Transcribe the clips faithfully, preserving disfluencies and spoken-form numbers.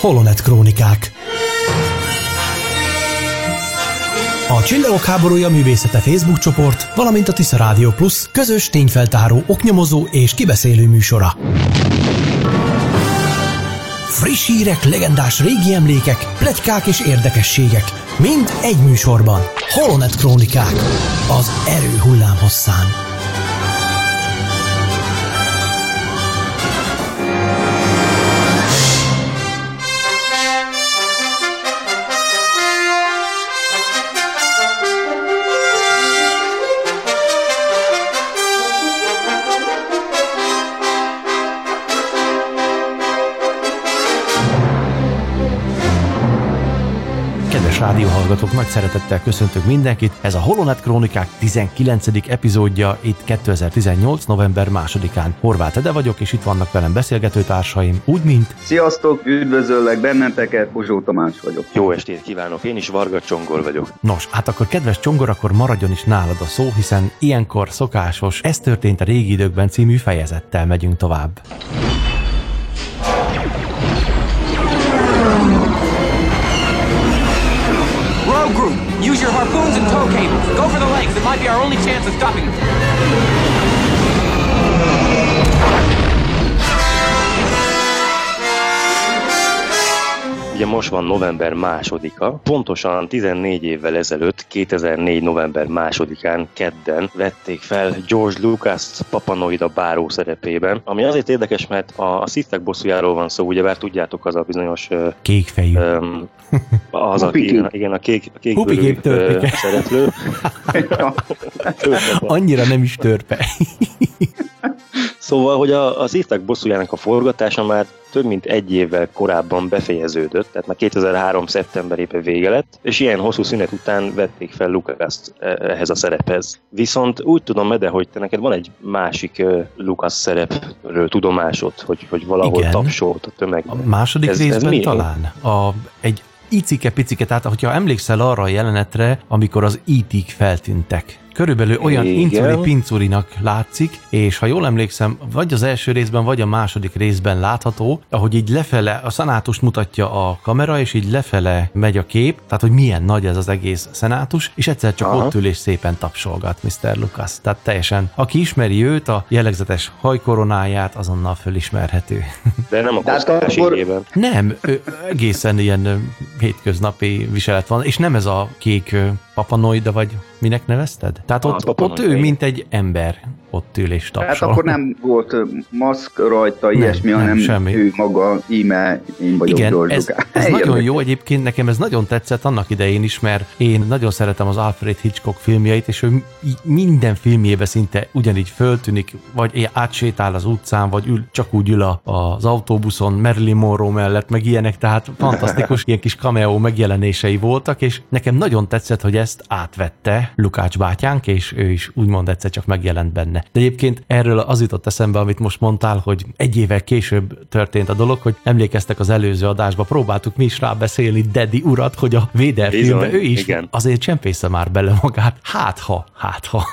Holonet Krónikák. A Csillagok háborúja művészete Facebook csoport, valamint a Tisza Rádió Plus közös tényfeltáró, oknyomozó és kibeszélő műsora. Friss hírek, legendás régi emlékek, pletykák és érdekességek. Mind egy műsorban. Holonet Krónikák. Az erő hullámhosszán. Rádióhallgatók, nagy szeretettel köszöntök mindenkit. Ez a Holonet Krónikák tizenkilencedik epizódja, itt kétezer-tizennyolc. november másodikán. Horváth Ede vagyok, és itt vannak velem beszélgetőtársaim, úgy mint... Sziasztok, üdvözöllek benneteket, Bozsó Tamás vagyok. Jó estét kívánok, én is Varga Csongor vagyok. Nos, hát akkor kedves Csongor, akkor maradjon is nálad a szó, hiszen ilyenkor szokásos Ez történt a régi időkben című fejezettel megyünk tovább. Group, use your harpoons and tow cables. Go for the legs. It might be our only chance of stopping them. Ugye most van november másodika, pontosan tizennégy évvel ezelőtt, kétezer-négy. november másodikán, kedden vették fel George Lucas Papanoid a báró szerepében, ami azért érdekes, mert a, a Sith-ek bosszújáról van szó, ugyebár tudjátok, az a bizonyos... Kékfejű. Um, az a, igen, igen, a kék, a kék bőrű uh, szereplő. Annyira nem is törpe. Szóval, hogy a, a Sith-ek bosszújának a forgatása már több mint egy évvel korábban befejeződött, tehát már kétezer-három. szeptemberében vége lett, és ilyen hosszú szünet után vették fel Lucast ehhez a szerephez. Viszont úgy tudom, Ede, hogy te neked van egy másik uh, Lucas szerepről tudomásod, hogy, hogy valahol Igen. tapsolt a tömeg. A második ez, részben ez talán. A, egy icike-picike, tehát hogyha emlékszel arra a jelenetre, amikor az í té-k feltűntek. Körülbelül olyan incuri-pincurinak látszik, és ha jól emlékszem, vagy az első részben, vagy a második részben látható, ahogy így lefele, a szenátust mutatja a kamera, és így lefele megy a kép, tehát hogy milyen nagy ez az egész szenátus, és egyszer csak Aha. ott ül és szépen tapsolgat miszter Lucas. Tehát teljesen, aki ismeri őt, a jellegzetes hajkoronáját, azonnal fölismerhető. De nem a kosztás ígyében. Nem, egészen ilyen hétköznapi viselet van, és nem ez a kék papanoida, vagy minek nevezted? Tehát ott, ah, ott ő, mint egy ember, ott ül és tapsol. Hát akkor nem volt maszk rajta, nem, ilyesmi, nem, hanem semmi. Ő maga, íme, én vagyok Igen, George ez, ez nagyon jó egyébként, nekem ez nagyon tetszett annak idején is, mert én nagyon szeretem az Alfred Hitchcock filmjeit, és ő minden filmjében szinte ugyanígy föltűnik, vagy átsétál az utcán, vagy ül, csak úgy ül a, az autóbuszon Marilyn Monroe mellett, meg ilyenek, tehát fantasztikus ilyen kis cameo megjelenései voltak, és nekem nagyon tetszett, hogy ezt átvette Lukács bátyánk, és ő is úgymond egyszer csak megjelent benne. De egyébként erről az jutott eszembe, amit most mondtál, hogy egy évvel később történt a dolog, hogy emlékeztek az előző adásba, próbáltuk mi is rábeszélni Daddy urat, hogy a Vader filmben ő is igen. azért csempésze már bele magát. Hát ha, hát ha.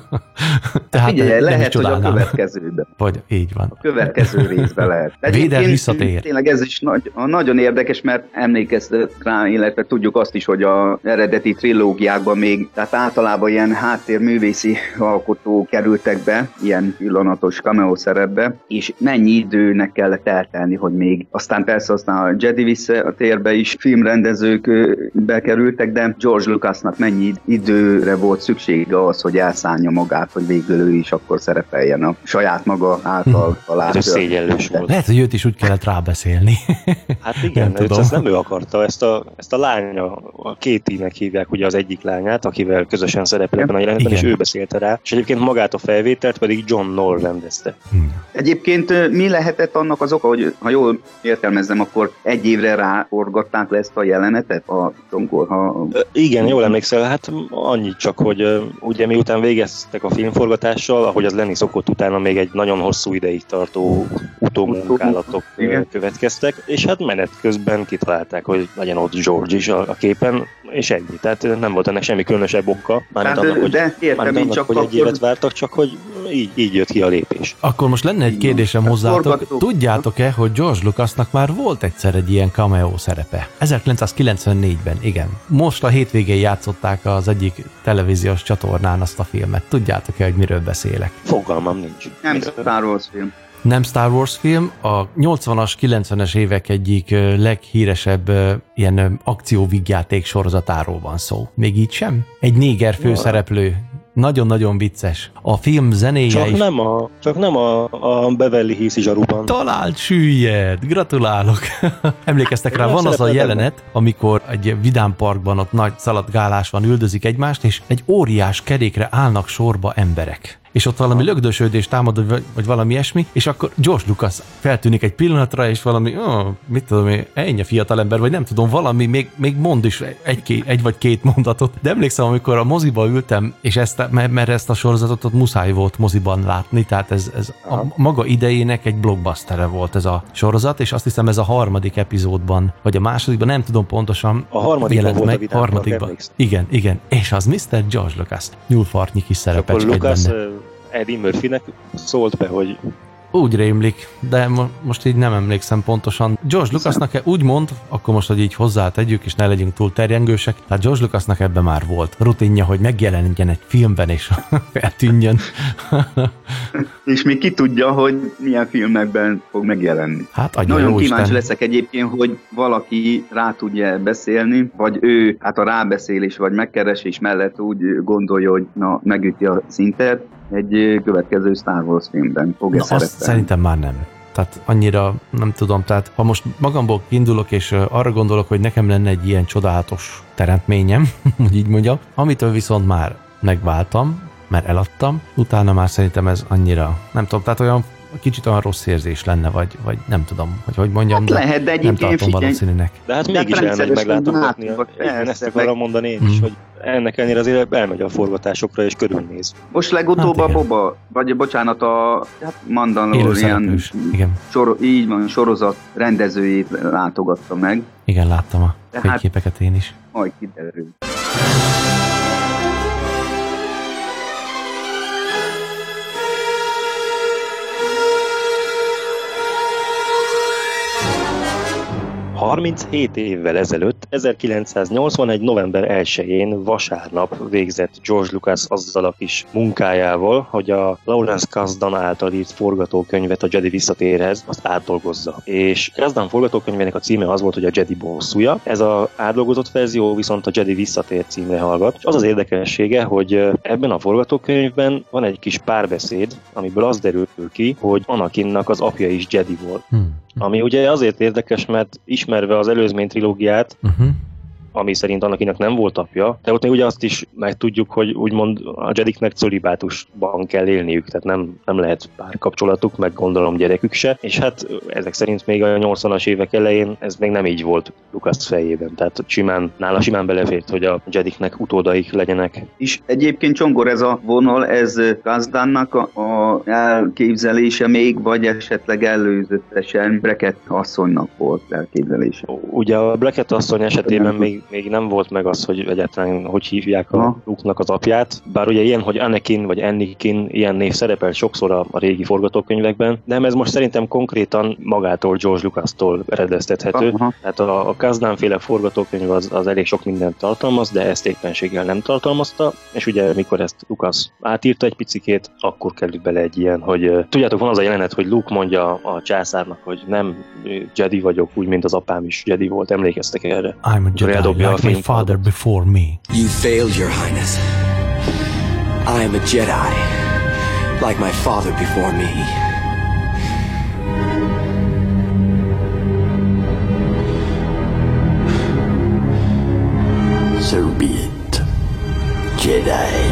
Tehát figyelj, lehet, hogy a következőben. Vagy így van. A következő részben lehet. Vader visszatér. Tényleg ez is nagy, nagyon érdekes, mert emlékeztek rá, illetve tudjuk azt is, hogy az eredeti trilógiákban még, tehát általában ilyen háttérművészi alkotók kerültek be, ilyen pillanatos cameo szerepbe, és mennyi időnek kellett eltelni, hogy még, aztán persze aztán a Jedi visszatérbe is filmrendezők bekerültek, de George Lucasnak mennyi időre volt szüksége az, hogy elszánja magát, hogy végül ő is akkor szerepeljen a saját maga által találta. Ez szégyellős volt. Lehet, hogy őt is úgy kellett rábeszélni. Hát igen, nem, ezt nem ő akarta, ezt a, ezt a lánya, a Katie-nek hívják ugye az egyik lányát, akivel közösen szerepel ebben a jelenetben, és ő beszélte rá, és egyébként magát a felvételt pedig John Knoll rendezte. Hmm. Egyébként mi lehetett annak az oka, hogy ha jól értelmezzem, akkor egy évre ráforgatták le ezt a jelenetet a Csongor? Ha... Igen, jól emlékszel, hát annyit csak, hogy ugye miután végeztek a filmforgatással, ahogy az lenni szokott, utána még egy nagyon hosszú ideig tartó utómunkálatok következtek, és hát menet közben kitalálták, hogy legyen ott George is a, a képen, és ennyi. Tehát nem volt ennek semmi különösebb oka. Mármint annak, hogy, de értem, annak, csak hogy akkor... egy évet vártak, csak hogy így, így jött ki a lépés. Akkor most lenne egy kérdésem hozzátok. Tudjátok-e, hogy George Lucasnak már volt egyszer egy ilyen cameo szerepe? ezerkilencszázkilencvennégyben, igen. Most a hétvégén játszották az egyik televíziós csatornán azt a filmet. Tudjátok-e, hogy miről beszélek? Fogalmam nincs. Nem Star Wars film. Nem Star Wars film, a nyolcvanas, kilencvenes évek egyik leghíresebb ilyen akcióvígjáték sorozatáról van szó. Még így sem? Egy néger főszereplő. Nagyon-nagyon vicces. A film zenéje csak is... Nem a, csak nem a, a Beverly Hills zsaruban. Talált süllyed! Gratulálok! Emlékeztek rá, van az a jelenet, amikor egy vidámparkban ott nagy szaladgálás van, üldözik egymást, és egy óriás kerékre állnak sorba emberek. És ott valami lögdösödés támad, vagy, vagy valami ilyesmi, és akkor George Lucas feltűnik egy pillanatra, és valami, oh, mit tudom én, ennyi fiatalember, vagy nem tudom, valami, még, még mond is egy, egy vagy két mondatot. De emlékszem, amikor a moziba ültem, és ezt, mert ezt a sorozatot ott muszáj volt moziban látni, tehát ez, ez a maga idejének egy blockbustere volt ez a sorozat, és azt hiszem ez a harmadik epizódban, vagy a másodikban, nem tudom pontosan. A harmadikban volt meg, a harmadikban. Igen, igen. És az miszter George Lucas. Nyúlfartnyi kis szerepecske benne. Eddie Murphynek szólt be, hogy... Úgy rémlik, de mo- most így nem emlékszem pontosan. George Lucasnak úgy mond, akkor most, hogy így hozzátegyük, és ne legyünk túl terjengősek, tehát George Lucasnak ebben már volt rutinja, hogy megjelenjen egy filmben, és feltűnjön. És még ki tudja, hogy milyen filmekben fog megjelenni. Hát adja, nagyon jó kíváncsi Isten. leszek egyébként, hogy valaki rá tudja beszélni, vagy ő, hát a rábeszélés, vagy megkeresés mellett úgy gondolja, hogy na, megüti a szintet, egy következő Star Wars filmben fog-e Na, azt szerepelni. szerintem már nem. Tehát annyira nem tudom, tehát ha most magamból indulok, és arra gondolok, hogy nekem lenne egy ilyen csodálatos teremtményem, hogy így mondjam, amitől viszont már megváltam, mert eladtam, utána már szerintem ez annyira, nem tudom, tehát olyan kicsit olyan rossz érzés lenne, vagy, vagy nem tudom, hogy hogy mondjam, hát de lehet, de nem tartom valószínűnek. De hát De mégis elmegy rendszeresen meglátogatni. látogat, Igen, persze, ezt akarom meg- mondani én Mhm. is, hogy ennek ellenére azért elmegy a forgatásokra és körülnéz. Most legutóbb Hát a igen. Boba, vagy bocsánat, a hát Mandalorian, Élőszereplős, igen. sor, így van, sorozat rendezőjét látogatta meg, Igen, láttam a Tehát- fényképeket én is. majd kiderül. harminchét évvel ezelőtt, ezerkilencszáznyolcvanegy. november elsején vasárnap végzett George Lucas azzal a kis munkájával, hogy a Lawrence Kasdan által írt forgatókönyvet a Jedi visszatérhez azt átdolgozza. És Kasdan forgatókönyvének a címe az volt, hogy a Jedi bosszúja. Ez az átdolgozott verzió viszont a Jedi visszatér címre hallgat. És az az érdekessége, hogy ebben a forgatókönyvben van egy kis párbeszéd, amiből az derül ki, hogy Anakinnak az apja is Jedi volt. Hmm. Ami ugye azért érdekes, mert ismerve az előzmény trilógiát, Uh-huh. ami szerint Anakinnak nem volt apja, de ott még ugye azt is megtudjuk, hogy úgymond a Jediknek cölibátusban kell élniük, tehát nem, nem lehet párkapcsolatuk, meg gondolom gyerekük se, és hát ezek szerint még a nyolcvanas évek elején ez még nem így volt Lucas fejében, tehát simán, nála simán belefért, hogy a Jediknek utódaik legyenek. És egyébként Csongor, ez a vonal, ez Kasdannak a, a elképzelése még, vagy esetleg előzetesen Beckett asszonynak volt elképzelése. Ugye a Beckett asszony esetében még, még nem volt meg az, hogy egyáltalán hogy hívják a Ha. Luke-nak az apját, bár ugye ilyen, hogy Anakin vagy Anakin, ilyen név szerepel sokszor a, a régi forgatókönyvekben, de ez most szerintem konkrétan magától George Lucas-tól eredeztethető. Aha. Tehát a, a Kasdan-féle forgatókönyv az, az elég sok mindent tartalmaz, de ezt éppenséggel nem tartalmazta, és ugye mikor ezt Lucas átírta egy picikét, akkor került bele egy ilyen, hogy uh, tudjátok, van az a jelenet, hogy Luke mondja a császárnak, hogy nem Jedi vagyok, úgy, mint az apám is Jedi volt, emlékeztek erre? I'm a Jedi, Eldobja a like my fényfalot. father before me. You failed, Your Highness. I am a Jedi, like my father before me. So be it, Jedi.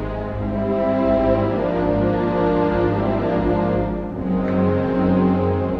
A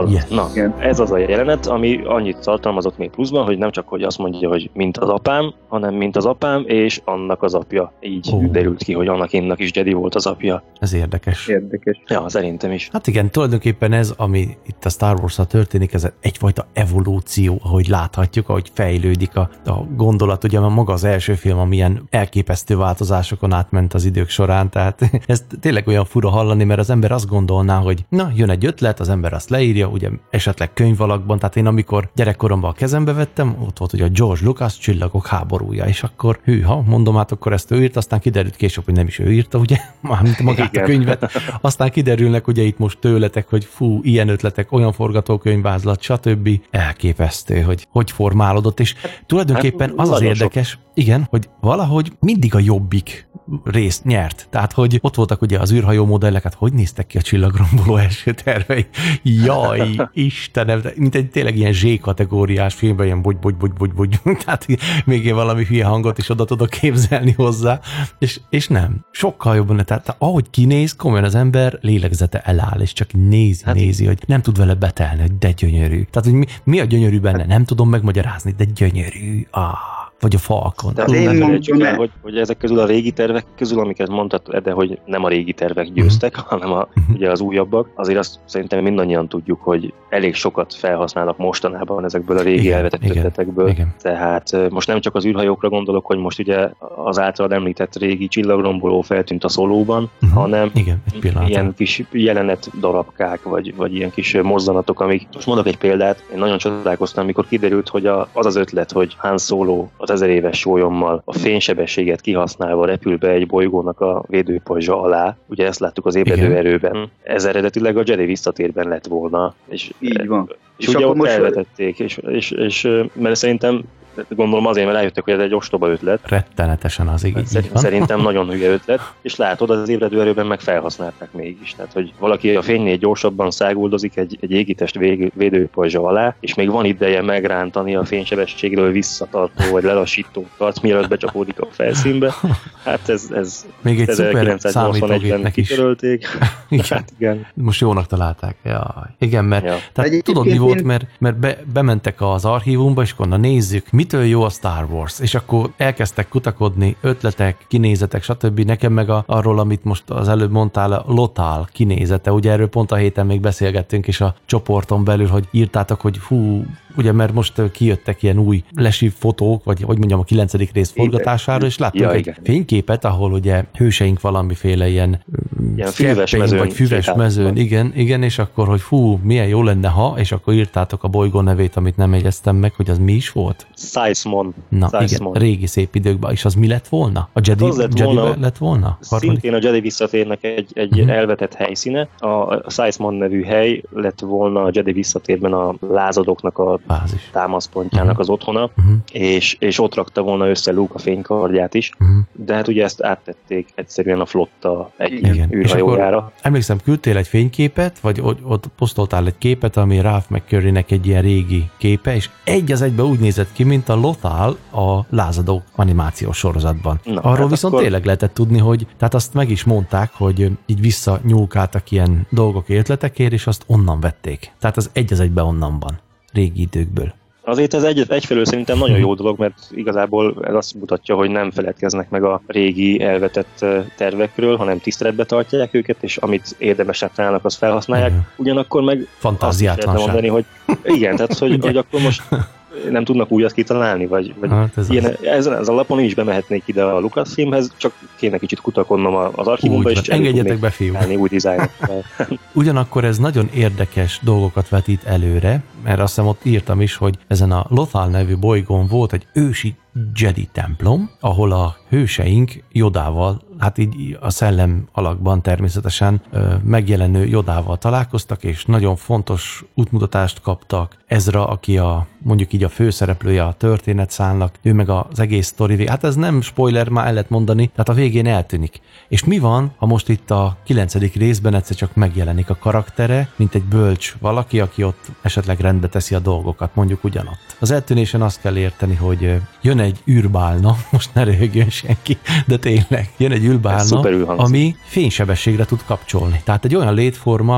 Az, Yes. Na, Igen. ez az a jelenet, ami annyit tartalmazott még pluszban, hogy nem csak, hogy azt mondja, hogy mint az apám, hanem mint az apám, és annak az apja. Így Ó. derült ki, hogy Anakinnak is Jedi volt az apja. Ez érdekes. Érdekes. Ja, szerintem is. Hát igen, tulajdonképpen ez, ami itt a Star Wars-ra történik, ez egyfajta evolúció, ahogy láthatjuk, ahogy fejlődik a, a gondolat. Ugye maga az első film, amilyen elképesztő változásokon átment az idők során, tehát ez tényleg olyan fura hallani, mert az ember azt gondolná, hogy na, jön egy ötlet, az ember azt leírja, ugye esetleg könyvalakban, tehát én amikor gyerekkoromban a kezembe vettem, ott volt ugye a George Lucas Csillagok háborúja, és akkor hűha, mondom, hát akkor ezt ő írt, aztán kiderült később, hogy nem is ő írta, ugye, mármint magát Igen. a könyvet, aztán kiderülnek ugye itt most tőletek, hogy fú, ilyen ötletek, olyan forgatókönyvvázlat, stb. Elképesztő, hogy hogy formálódott, és tulajdonképpen az az nagyon érdekes, igen, hogy valahogy mindig a jobbik részt nyert. Tehát, hogy ott voltak ugye az űrhajó modellek, hát hogy néztek ki a csillagromboló első tervei? Jaj, Istenem, mint egy tényleg ilyen Z-kategóriás filmben, ilyen bogy, bogy, bogy, bogy, bogy. Tehát még én valami hülye hangot is oda tudok képzelni hozzá, és, és nem. Sokkal jobban, tehát ahogy kinéz, komolyan az ember lélegzete eláll, és csak nézi, hát, nézi, hogy nem tud vele betelni, hogy de gyönyörű. Tehát, hogy mi, mi a gyönyörű benne? Nem tudom megmagyarázni, de gyönyörű. Ah. Vagy a Falcon. De én ne mondom, felejtsük el, ne- hogy, hogy ezek közül a régi tervek közül, amiket mondtad, de hogy nem a régi tervek győztek, hanem a, ugye az újabbak, azért azt szerintem mindannyian tudjuk, hogy elég sokat felhasználnak mostanában ezekből a régi Igen, elvetett igen, ötletekből. igen. Tehát ö, most nem csak az űrhajókra gondolok, hogy most ugye az általad említett régi csillagromboló feltűnt a Szolóban, Uh-huh. hanem Igen, egy pillanat. ilyen kis jelenet darabkák, vagy, vagy ilyen kis mozzanatok, amik... Most mondok egy példát, én nagyon csodálkoztam, amikor kiderült, hogy a, az az ötlet, hogy Han Solo az ezer éves sólyommal a fénysebességet kihasználva repül be egy bolygónak a védőpajzsa alá. Ugye ezt láttuk az ébredő Igen. erőben. Ez eredetileg a Jedi visszatérben lett volna. És, Így van. És, És ugye akkor ott most- elvetették, és, és, és mert szerintem gondolom azért, mert rájöttek, hogy ez egy ostoba ötlet. Rettenetesen az így, így Szerint, van. szerintem nagyon hülye ötlet, és látod, az ébredő erőben meg felhasználták mégis. Tehát, hogy valaki a fénynél gyorsabban száguldozik egy, egy égitest vég, védőpajzsa alá, és még van ideje megrántani a fénysebességről visszatartó vagy lelassítókat, mielőtt becsapódik a felszínbe. Hát ez, ez Még egy szuper ezerkilencszáznyolcvanegyben számítógépnek is. kitörölték. Igen. Hát igen. Most jónak találták. Jaj. Igen, mert Ja. tehát Egyébként tudod, mi én- volt, mert, mert be, bementek az archívumba, és akkor na nézzük, mitől jó a Star Wars, és akkor elkezdtek kutakodni, ötletek, kinézetek, stb. Nekem meg a, arról, amit most az előbb mondtál, a Lothal kinézete, ugye erről pont a héten még beszélgettünk is a csoporton belül, hogy írtátok, hogy hú, ugye mert most kijöttek ilyen új lesi fotók, vagy hogy mondjam, a kilencedik rész forgatására, és láttunk Ja, egy igen. fényképet, ahol ugye hőseink valamiféle ilyen, Ilyen füves skeppén, mezőn vagy füves sétáltak. mezőn, igen, igen, és akkor, hogy fú, milyen jó lenne, ha, és akkor írtátok a bolygó nevét, amit nem jegyeztem meg, hogy az mi is volt. Sizemon. Na Sizemon. igen, régi szép időkben, és az mi lett volna? A Jedi, Az lett Jedi volna- lett volna? Harmadik? Szintén a Jedi visszatérnek egy, egy Mhm. uh-huh. elvetett helyszíne. A, a Sizemon nevű hely lett volna a Jedi visszatérben a lázadóknak a Bázis. támaszpontjának Mhm. az otthona, Uh-huh. és, és ott rakta volna össze Luke a fénykardját is, Uh-huh. de hát ugye ezt áttették egyszerűen a flotta egy Igen. És űrhajójára. akkor emlékszem, küldtél egy fényképet, vagy ott, ott posztoltál egy képet, ami Ralph McCurrynek egy ilyen régi képe, és egy az egybe úgy nézett ki, mint a Lothal a lázadók animációs sorozatban. Na, Arról hát viszont akkor- tényleg lehetett tudni, hogy tehát azt meg is mondták, hogy így visszanyúlkáltak ilyen dolgok ötletekért, és azt onnan vették. Tehát az egy az egybe onnan van. Régi időkből. Azért ez egy, egyfelől szerintem nagyon jó dolog, mert igazából ez azt mutatja, hogy nem feledkeznek meg a régi elvetett eh, tervekről, hanem tiszteletbe tartják őket, és amit érdemesnek találnak, azt felhasználják. Igen. Ugyanakkor meg azt is lehetne Fantáziátlanság. mondani, hogy igen, tehát hogy, hogy akkor most nem tudnak újat kitalálni, vagy, vagy Hát ez ilyen, az. ezen az alapon is bemehetnék ide a Lucasfilmhez, csak kéne kicsit kutakodnom a- az archívumba, Úgy és van. elő Engedjetek tudnék be, fiúk. állni új dizájnokkal. Ugyanakkor ez nagyon érdekes dolgokat vetít előre, mert azt hiszem ott írtam is, hogy ezen a Lothal nevű bolygón volt egy ősi Jedi templom, ahol a hőseink Jodával, hát így a szellem alakban természetesen ö, megjelenő Jodával találkoztak, és nagyon fontos útmutatást kaptak. Ezra, aki a mondjuk így a főszereplője a történetszálnak, ő meg az egész sztori, hát ez nem spoiler, már el lehet mondani, tehát a végén eltűnik. És mi van, ha most itt a kilencedik részben egyszer csak megjelenik a karaktere, mint egy bölcs valaki, aki ott esetleg rendbe teszi a dolgokat, mondjuk ugyanott. Az eltűnésen azt kell érteni, hogy ö, jön egy űrbálna, most ne röhögjön senki, de tényleg, jön egy Ez űrbálna, szuperül hangzik. ami fénysebességre tud kapcsolni. Tehát egy olyan létforma, ami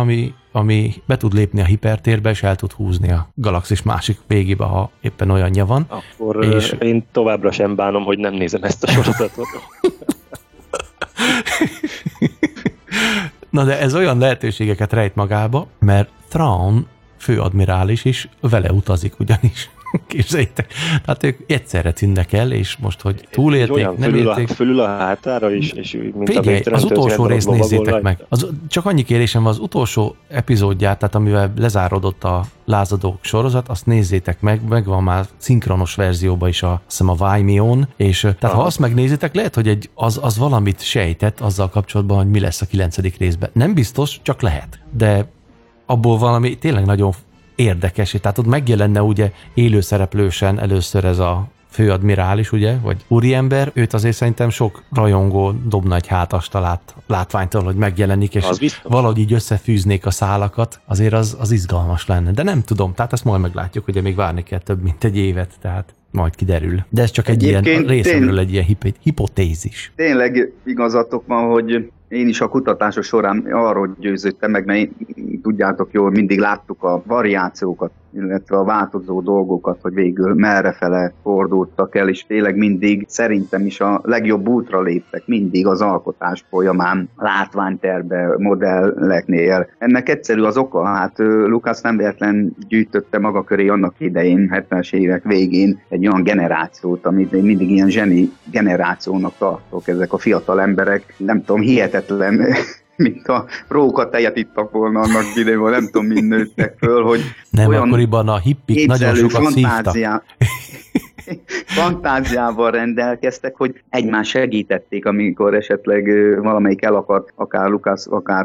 ami be tud lépni a hipertérbe, és el tud húzni a galaxis másik végébe, ha éppen olyanja van. Akkor és... én továbbra sem bánom, hogy nem nézem ezt a sorozatot. Na de ez olyan lehetőségeket rejt magába, mert Thrawn főadmirális is vele utazik ugyanis. Képzeljétek. Tehát ők egyszerre tűnnek el, és most, hogy túlélték, nem fölül élték. A, fölül a hátára is, és mint Figyelj, a az utolsó részt nézzétek meg. Az, csak annyi kérésem, az utolsó epizódját, tehát amivel lezárodott a lázadók sorozat, azt nézzétek meg, meg van már szinkronos verzióban is a, azt hiszem a Vimeo-n, és tehát Aha. ha azt megnézitek, lehet, hogy egy, az, az valamit sejtett azzal kapcsolatban, hogy mi lesz a kilencedik részben. Nem biztos, csak lehet. De abból valami tényleg nagyon érdekes, tehát ott megjelenne ugye élőszereplősen először ez a főadmirális, ugye, vagy úriember, őt azért szerintem sok rajongó dobna egy hátast lát, látványtól, hogy megjelenik, és valahogy így összefűznék a szálakat, azért az, az izgalmas lenne. De nem tudom, tehát ezt majd meglátjuk, ugye még várni kell több, mint egy évet, tehát majd kiderül. De ez csak egy Egyébként ilyen részemről tény, egy ilyen hip- hipotézis. Tényleg igazatok van, hogy én is a kutatása során arról győződtem meg, mert tudjátok jól, mindig láttuk a variációkat, illetve a változó dolgokat, hogy végül merrefele fordultak el, és tényleg mindig szerintem is a legjobb útra léptek, mindig az alkotás folyamán, látványterbe, modelleknél. Ennek egyszerű az oka, hát Lucas nem véletlen gyűjtötte maga köré annak idején, hetvenes évek végén egy olyan generációt, amit én mindig ilyen zseni generációnak tartok, ezek a fiatal emberek, nem tudom, hihetetlen, mint a róka tejet ittak volna annak videóban, nem tudom, mind nőttek föl, hogy nem, akkoriban a hippik nagyon sokat szívtak. Fantáziával rendelkeztek, hogy egymás segítették, amikor esetleg valamelyik el akart, akár Lucas, akár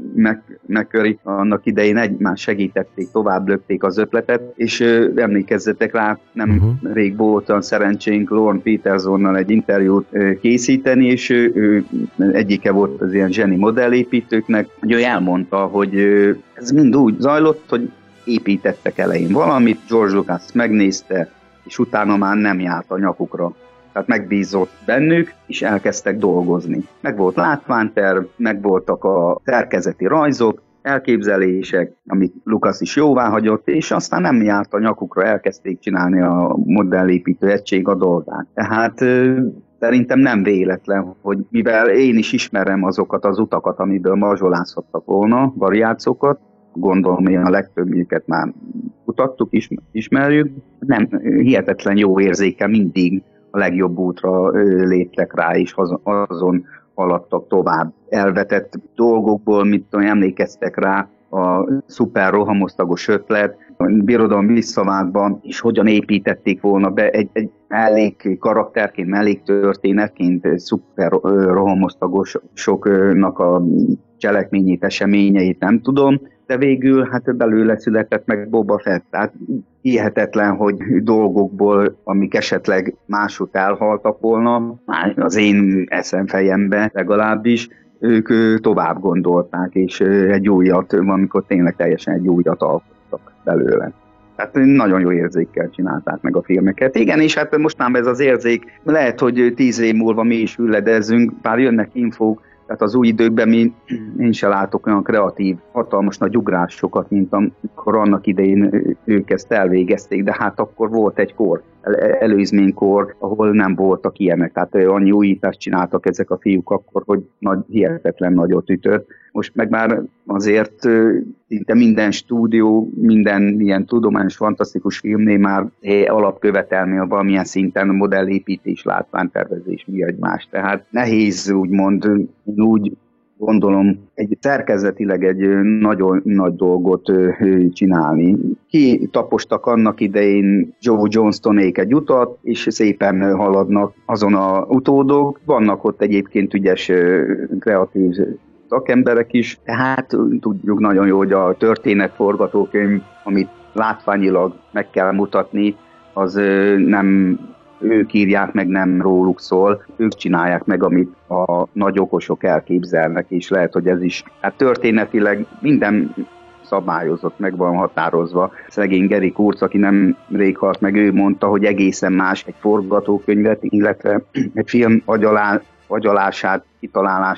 McCurry annak idején egymás segítették, tovább lökték az ötletet, és emlékezzetek rá, nem uh-huh. rég volt olyan szerencsénk Lorne Petersonnal egy interjút készíteni, és ő, ő egyike volt az ilyen zseni modellépítőknek, hogy ő elmondta, hogy ez mind úgy zajlott, hogy építettek elején valamit, George Lucas megnézte, és utána már nem járt a nyakukra. Tehát megbízott bennük, és elkezdtek dolgozni. Meg volt látványterv, meg voltak a szerkezeti rajzok, elképzelések, amit Lucas is jóvá hagyott, és aztán nem járt a nyakukra, elkezdték csinálni a modellépítő egység a dolgát. Tehát szerintem nem véletlen, hogy mivel én is ismerem azokat az utakat, amiből mazsolázhattak volna, variációkat, gondolom, én a legtöbbjüket már kutattuk, ismerjük, nem, hihetetlen jó érzéke mindig a legjobb útra léptek rá, és azon haladtak tovább. Elvetett dolgokból, mit tudom, emlékeztek rá, a szuper rohamosztagos ötlet, a birodalom visszavágban, és hogyan építették volna be egy, egy mellék karakterként, mellék történetként szuper rohamosztagosoknak a cselekményét, eseményeit nem tudom, de végül hát belőle született meg Boba Fett. Tehát hihetetlen, hogy dolgokból, amik esetleg másút elhaltak volna, az én eszem fejembe legalábbis, ők tovább gondolták, és egy újat, amikor tényleg teljesen egy újat alkottak belőle. Tehát nagyon jó érzékkel csinálták meg a filmeket. Igen, és hát mostanában ez az érzék, lehet, hogy tíz év múlva mi is hülledezzünk, bár jönnek infók, tehát az új időkben mi, én se látok olyan kreatív, hatalmas nagy ugrásokat, mint amikor annak idején ők ezt elvégezték, de hát akkor volt egy kor, előzménykor, ahol nem voltak ilyenek. Tehát annyi újítást csináltak ezek a fiúk akkor, hogy nagy, hihetetlen nagyot ütött. Most meg már azért szinte minden stúdió, minden ilyen tudományos, fantasztikus filmnél már alapkövetelmény valamilyen szinten modellépítés, látványtervezés, mi egymás. Tehát nehéz úgymond, úgy gondolom, egy szerkezetileg egy nagyon nagy dolgot csinálni. Ki tapostak annak idején Joe Johnstonék egy utat, és szépen haladnak azon a utódok. Vannak ott egyébként ügyes, kreatív szakemberek is, tehát tudjuk nagyon jó, hogy a történetforgatókönyv, amit látványilag meg kell mutatni, az nem ők írják meg, nem róluk szól, ők csinálják meg, amit a nagy okosok elképzelnek, és lehet, hogy ez is, hát történetileg minden szabályozott, meg van határozva. Szegény Gary Kurtz, aki nem rég halt meg, ő mondta, hogy egészen más egy forgatókönyvet, illetve egy film agyalá, agyalását, kitalálását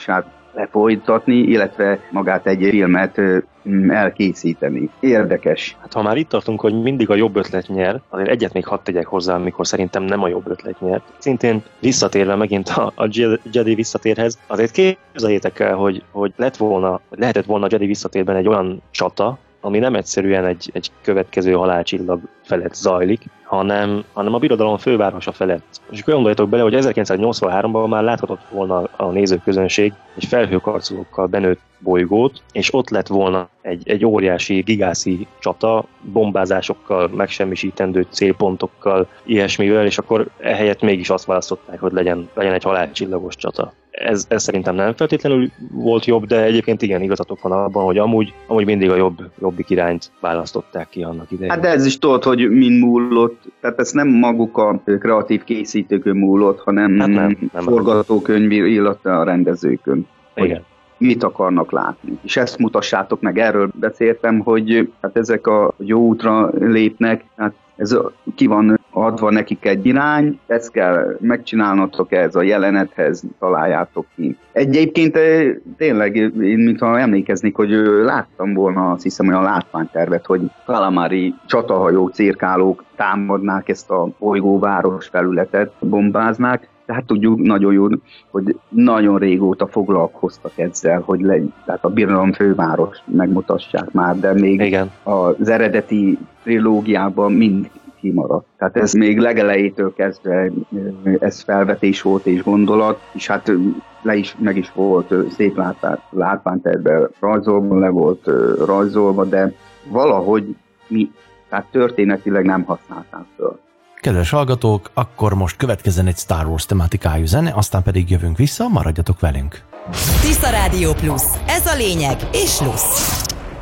lefolytatni, illetve magát egy filmet elkészíteni. Érdekes. Hát ha már itt tartunk, hogy mindig a jobb ötlet nyer, azért egyet még hadd tegyek hozzá, amikor szerintem nem a jobb ötlet nyert. Szintén visszatérve megint a, a Jedi visszatérhez, azért képzeljétek el, hogy, hogy lett volna, lehetett volna a Jedi visszatérben egy olyan csata, ami nem egyszerűen egy, egy következő halálcsillag felett zajlik, hanem, hanem a birodalom fővárosa felett. És gondoljatok bele, hogy ezerkilencszáznyolcvanháromban már láthatott volna a nézőközönség egy felhőkarcolókkal benőtt bolygót, és ott lett volna egy, egy óriási, gigászi csata, bombázásokkal, megsemmisítendő célpontokkal, ilyesmivel, és akkor ehelyett mégis azt választották, hogy legyen, legyen egy halálcsillagos csata. Ez, ez szerintem nem feltétlenül volt jobb, de egyébként igen, igazatok van abban, hogy amúgy, amúgy mindig a jobb, jobbik irányt választották ki annak idején. Hát de ez is tudod, hogy mind múlott, tehát ez nem maguk a kreatív készítőkön múlott, hanem hát nem, nem forgatókönyv, illetve a rendezőkön. Igen. Mit akarnak látni. És ezt mutassátok meg, erről beszéltem, hogy hát ezek a jó útra lépnek, hát ez ki van adva nekik egy irány, ezt kell megcsinálnotok, ez a jelenethez találjátok ki. Egyébként tényleg, én mintha emlékeznék, hogy láttam volna, azt hiszem, olyan látványtervet, hogy kalamári csatahajó cirkálók támadnák ezt a bolygóváros felületet, bombáznák. Tehát tudjuk nagyon jól, hogy nagyon régóta foglalkoztak ezzel, hogy le, tehát a birodalom főváros megmutassák már, de még igen. Az eredeti trilógiában mind kimaradt. Tehát ez még legelejétől kezdve ez felvetés volt és gondolat, és hát le is, meg is volt szép látványtervben rajzolva, le volt rajzolva, de valahogy mi, tehát történetileg nem használták föl. Kedves hallgatók, akkor most következzen egy Star Wars tematikájú zene, aztán pedig jövünk vissza, maradjatok velünk. Tisza Rádió Plusz. Ez a lényeg és plusz.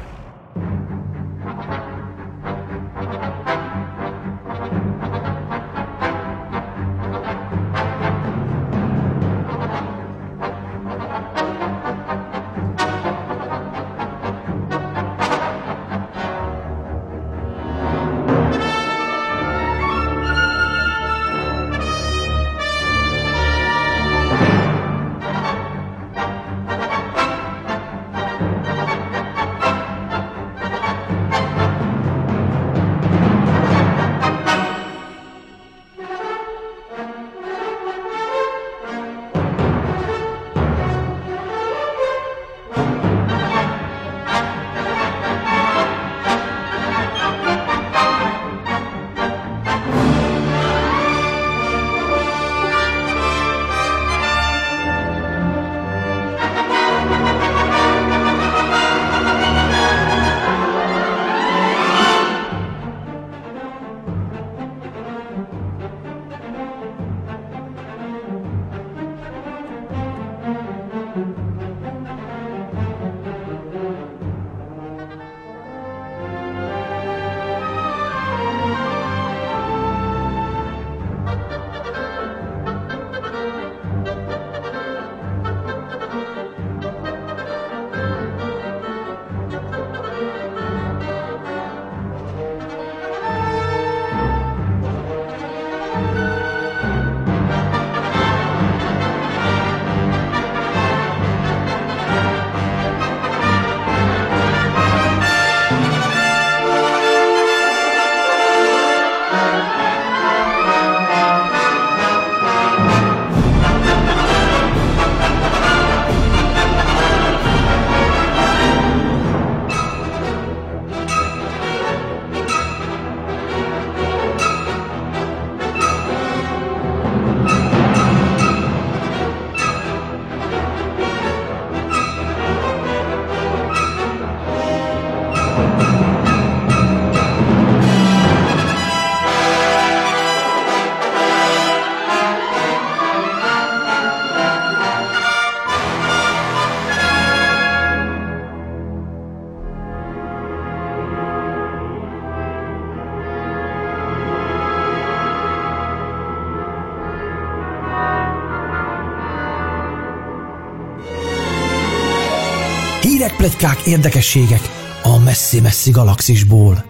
Hírek, pletykák, érdekességek a messzi-messzi galaxisból.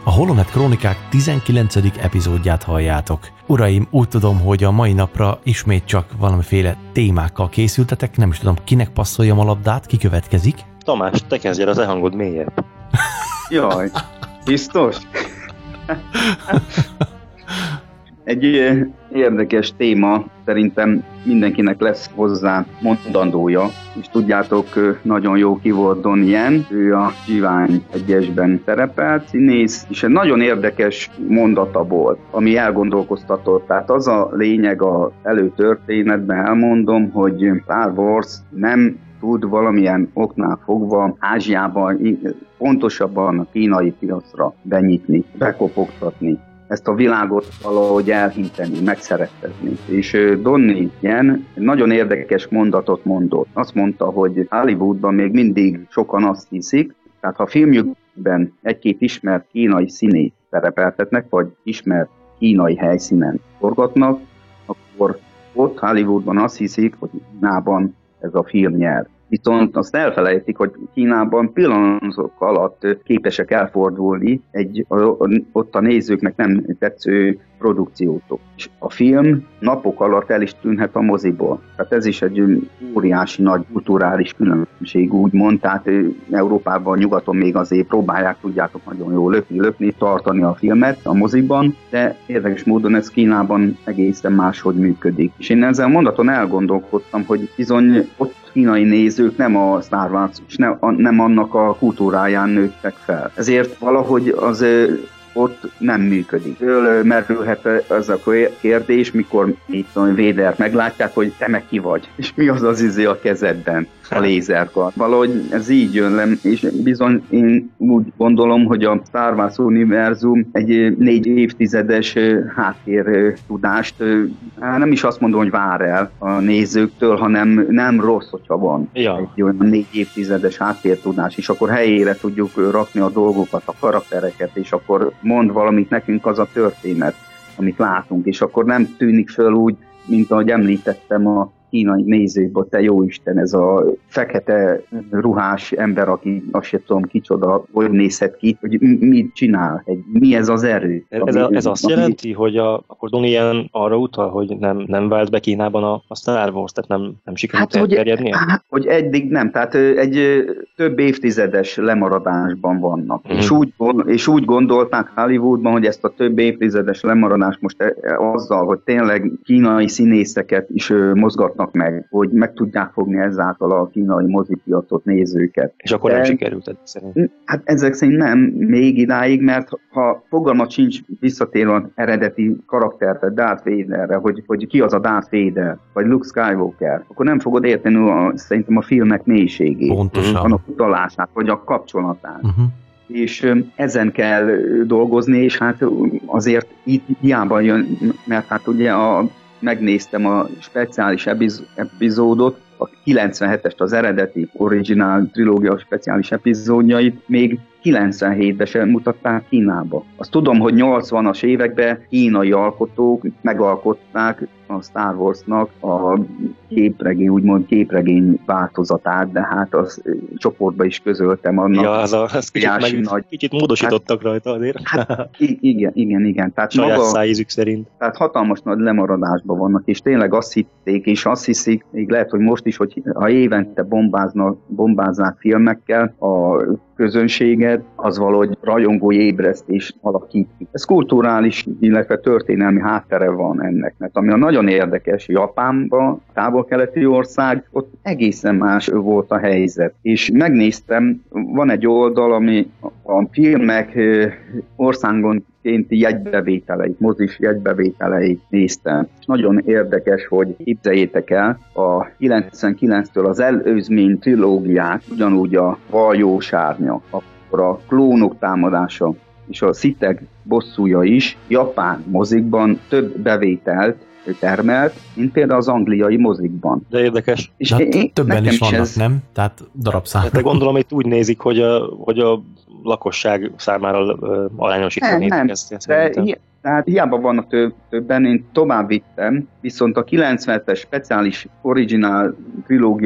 A Holonet Krónikák tizenkilencedik epizódját halljátok. Uraim, úgy tudom, hogy a mai napra ismét csak valamiféle témákkal készültetek, nem is tudom, kinek passzoljam a labdát, ki következik. Tamás, te kezdjél, az e-hangod mélyebb. Jaj, biztos? Egy érdekes téma, szerintem mindenkinek lesz hozzá mondandója, és tudjátok, nagyon jó ki volt Donnie Yen, ő a Zsivány egyesben szerepelt színész, és egy nagyon érdekes mondata volt, ami elgondolkoztatott. Tehát az a lényeg az előtörténetben, elmondom, hogy Star Wars nem tud valamilyen oknál fogva Ázsiában, pontosabban a kínai piacra benyitni, bekopogtatni. Ezt a világot valahogy elhinteni, megszerettetni. És Donnie Yen nagyon érdekes mondatot mondott. Azt mondta, hogy Hollywoodban még mindig sokan azt hiszik, tehát ha a filmjükben egy-két ismert kínai színész szerepeltetnek, vagy ismert kínai helyszínen forgatnak, akkor ott Hollywoodban azt hiszik, hogy Kínában ez a film nyer. Viszont azt elfelejtik, hogy Kínában pillanatok alatt képesek elfordulni egy ott a nézőknek nem tetsző produkciótól. És a film napok alatt el is tűnhet a moziból. Tehát ez is egy óriási nagy kulturális különbség, úgymond. Tehát Európában, nyugaton még azért próbálják, tudjátok, nagyon jól lökni, lökni, tartani a filmet a moziban, de érdekes módon ez Kínában egészen máshogy működik. És én ezzel a mondaton elgondolkodtam, hogy bizony ott kínai nézők nem a Star Wars, és ne, a, nem annak a kultúráján nőttek fel. Ezért valahogy az ott nem működik. Föl merülhet az a kérdés, mikor itt a Védert meglátják, hogy te meg ki vagy, és mi az az izé a kezedben, a lézerkard. Valahogy ez így jön le, és bizony én úgy gondolom, hogy a Star Wars univerzum egy négy évtizedes háttér tudást, nem is azt mondom, hogy vár el a nézőktől, hanem nem rossz, hogyha van ja. egy olyan négy évtizedes háttértudás, és akkor helyére tudjuk rakni a dolgokat, a karaktereket, és akkor mond valamit nekünk az a történet, amit látunk, és akkor nem tűnik föl úgy, mint ahogy említettem a kínai nézőkből, te jó Isten, ez a fekete ruhás ember, aki azt sem tudom kicsoda, hogy nézhet ki, hogy mit csinál, egy, mi ez az erő. Ez, ami, ez azt ami... jelenti, hogy a, akkor Donnie Yen arra utal, hogy nem, nem vált be Kínában a, a Star Wars, tehát nem, nem sikerült hát, elterjednie? Hát, hogy eddig nem, tehát egy több évtizedes lemaradásban vannak. Mm. És, úgy, és úgy gondolták Hollywoodban, hogy ezt a több évtizedes lemaradást most azzal, hogy tényleg kínai színészeket is mozgatnak meg, hogy meg tudják fogni ezáltal a kínai mozipiacot, nézőket. És akkor De, nem sikerült ez szerint? Hát ezek szerint nem még idáig, mert ha fogalmat sincs visszatérve az eredeti karakterre, Darth Vaderre, hogy, hogy ki az a Darth Vader, vagy Luke Skywalker, akkor nem fogod érteni a, szerintem a filmek mélységét. Pontosan. Annak utalását, vagy a kapcsolatát. Uh-huh. És ezen kell dolgozni, és hát azért itt hiába jön, mert hát ugye a megnéztem a speciális epizódot, a kilencvenhetest, az eredeti originál trilógia speciális epizódjait még kilencvenhétben sem mutatták Kínába. Azt tudom, hogy nyolcvanas években kínai alkotók megalkották a Star Warsnak a képregény, úgymond képregény változatát, de hát az csoportba is közöltem annak. Ja, az, a, az kicsit, meg, nagy... kicsit módosítottak hát, rajta azért. Hát, igen, igen, igen. Tehát saját maga, szájízük szerint. Tehát hatalmas nagy lemaradásban vannak, és tényleg azt hitték, és azt hiszik, még lehet, hogy most is, hogy ha évente bombáznak, bombázzák filmekkel a közönséget, az valahogy rajongói ébresztés alakít ki. Ez kulturális, illetve történelmi háttere van ennek, mert ami a nagyon érdekes, Japánban, távol-keleti ország, ott egészen más volt a helyzet. És megnéztem, van egy oldal, ami a filmek országonkénti jegybevételeit, mozis jegybevételeit néztem. És nagyon érdekes, hogy képzeljétek el, a kilencvenkilenctől az előzmény trilógiák, ugyanúgy a Valjósárnya, akkor a klónok támadása és a szitek bosszúja is japán mozikban több bevételt termelt, mint például az angliai mozikban. De érdekes. És hát én, többen is vannak, ez... nem? Tehát darabszámban. De gondolom, itt úgy nézik, hogy a, hogy a lakosság számára arányosítani nem, ezt. De hi- tehát hiába vannak több, többen, én tovább vittem, viszont a kilencvenhetes speciális originál trilógia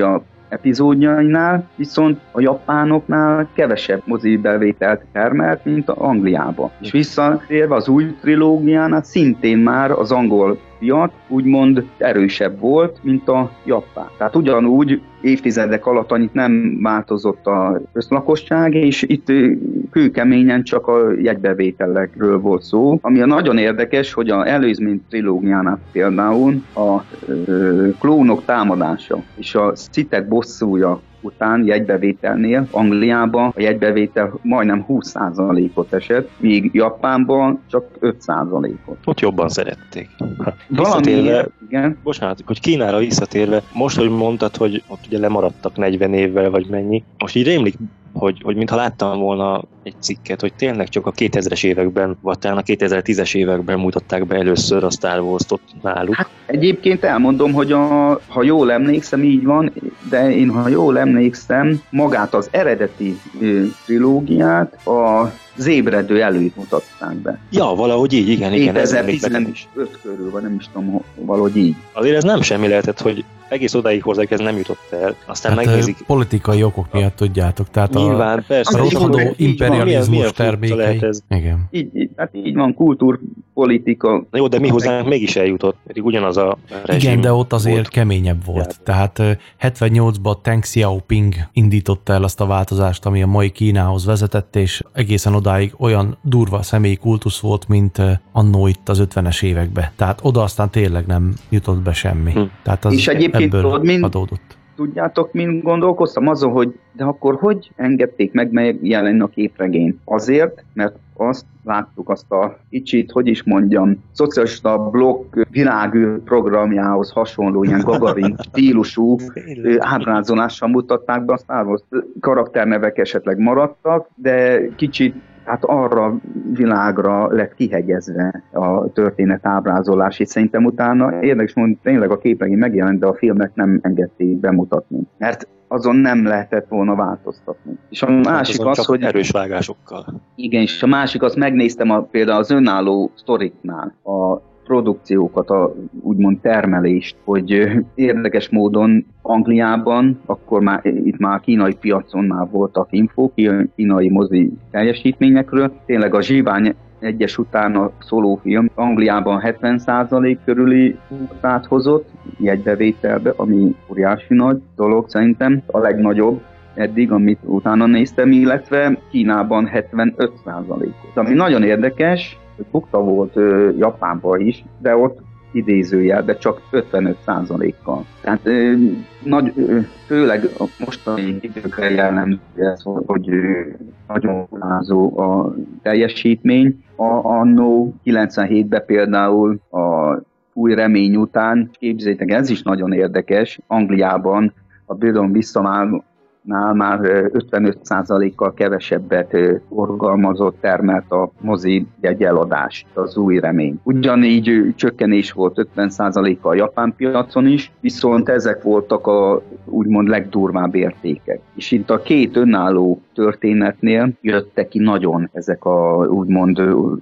epizódjainál, viszont a japánoknál kevesebb mozibevételt termelt, mint a Angliában. És visszatérve az új trilógiánál szintén már az angol piac úgymond erősebb volt, mint a japán. Tehát ugyanúgy évtizedek alatt annyit nem változott az összlakosság, és itt kőkeményen csak a jegybevételekről volt szó. Ami a nagyon érdekes, hogy az előzmény trilógiánál például a ö, klónok támadása és a szitek bosszúja után jegybevételnél Angliában a jegybevétel majdnem húsz százalékot esett, míg Japánban csak öt százalékot. Ott jobban szerették. Visszatérve, igen. Bocsánat, hogy Kínára visszatérve, most, hogy mondtad, hogy ott ugye lemaradtak negyven évvel, vagy mennyi, most így rémlik, hogy, hogy mintha láttam volna egy cikket, hogy tényleg csak a kétezres években, vagy talán a kétezer-tízes években mutatták be először a Star Wars-t náluk. Hát egyébként elmondom, hogy a, ha jól emlékszem, így van, de én ha jól emlékszem, magát az eredeti ö, trilógiát a az ébredő előtt mutatták be. Ja, valahogy így, igen, igen. kétezer-tizenöt körül van, nem is tudom, valahogy így. Azért ez nem semmi lehetett, hogy egész odáig hozzá, ez nem jutott el. Aztán hát megnézik. Politikai okok miatt tudjátok. Tehát nyilván, a, persze. A rothadó imperializmus termékei. Igen. Így, így, hát így van, kultúrpolitika. Na jó, de mi hozzánk mégis eljutott, pedig ugyanaz a rezsim. Igen, de ott azért volt. Keményebb volt. Ja. Tehát hetvennyolcban Deng Xiaoping indította el azt a változást, ami a mai Kínához vezetett, és egészen odáig olyan durva személyi kultusz volt, mint annó itt az ötvenes években. Tehát oda aztán tényleg nem jutott be semmi. Hm. Tehát az és egyébként ebből tudod, mind, adódott. Tudjátok, mind gondolkoztam azon, hogy de akkor hogy engedték meg megjelenni a képregény? Azért, mert azt láttuk, azt a kicsit, hogy is mondjam, szocialista blokk világű programjához hasonló ilyen Gagarin stílusú ábrázolással mutatták be, a Star Wars karakternevek esetleg maradtak, de kicsit hát arra világra lett kihegyezve a történet ábrázolás, és szerintem utána érdekes mondani, tényleg a képregény megjelent, de a filmet nem engedték bemutatni. Mert azon nem lehetett volna változtatni. És a másik hát az, hogy... erős vágásokkal. Igen, és a másik az megnéztem a, például az önálló sztoriknál a produkciókat, a úgymond termelést, hogy érdekes módon Angliában, akkor már itt már kínai piacon már voltak infók, kínai mozi teljesítményekről. Tényleg a Zsivány egyes után a szólófilm Angliában hetven százalék körüli munkát hozott jegybevételbe, ami óriási nagy dolog szerintem, a legnagyobb eddig, amit utána néztem, illetve Kínában hetvenöt százalékot. Ami nagyon érdekes, hogy bukta volt ö, Japánban is, de ott idézőjel, de csak ötvenöt százalékkal. Tehát ö, nagy, ö, főleg a mostani időkre jellemző ez, hogy ö, nagyon kulázó a teljesítmény. A, annó kilencvenhétben például a Új remény után, képzeljétek, ez is nagyon érdekes, Angliában a birodalom visszavág nál már ötvenöt százalékkal kevesebbet forgalmazott, termelt a mozi jegyeladás, az Új remény. Ugyanígy csökkenés volt ötven százalékkal a japán piacon is, viszont ezek voltak a úgymond legdurvább értékek. És itt a két önálló történetnél jöttek ki nagyon ezek a úgymond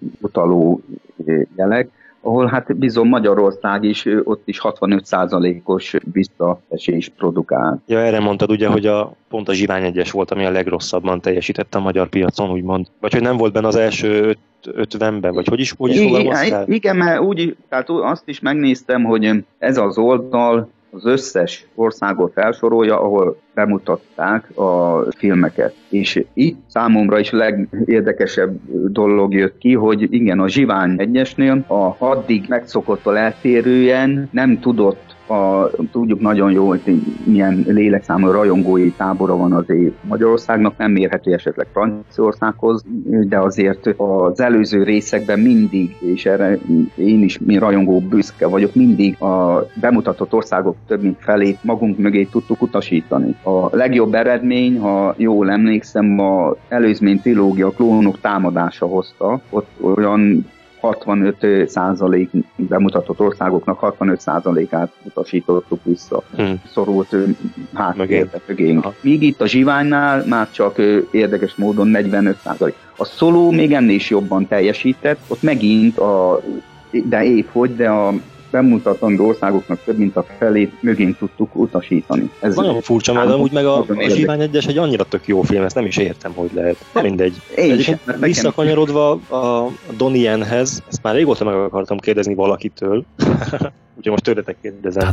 utaló jelek, ahol hát bizony Magyarország is, ott is hatvanöt százalékos visszaesés produkál. Ja, erre mondtad ugye, hogy a, pont a Zsivány egyes volt, ami a legrosszabban teljesített a magyar piacon, úgymond. Vagy hogy nem volt benne az első ötvenben, vagy hogy is, hogy is fogalmaztál? Igen, mert úgy, tehát azt is megnéztem, hogy ez az oldal az összes országot felsorolja, ahol bemutatták a filmeket. És itt számomra is legérdekesebb dolog jött ki, hogy igen, a Zsivány egyesnél a addig megszokottól eltérően nem tudott, a, tudjuk nagyon jó, hogy milyen lélekszámú rajongói tábora van azért Magyarországnak, nem mérhető esetleg Franciaországhoz, de azért az előző részekben mindig, és erre én is, mint rajongó büszke vagyok, mindig a bemutatott országok több mint felét magunk mögé tudtuk utasítani. A legjobb eredmény, ha jól emlékszem, az előzmény trilógia Klónok támadása hozta, ott olyan hatvanöt százalék bemutatott országoknak hatvanöt százalékát utasítottuk vissza. Hmm. Szorult háttérbe mögénk. Míg itt a Zsiványnál már csak érdekes módon negyvenöt százalék. A Szoló még ennél is jobban teljesített, ott megint a, de épp hogy, de a bemutatandó országoknak több mint a felét mögénk tudtuk utasítani. Ez nagyon furcsa, mert amúgy meg a, a Zsivány egyes egy annyira tök jó film, ezt nem is értem, hogy lehet. Nem mindegy. Egyébként visszakanyarodva a Donnie Yenhez, ezt már régóta meg akartam kérdezni valakitől, úgyhogy most tőletek kérdezem,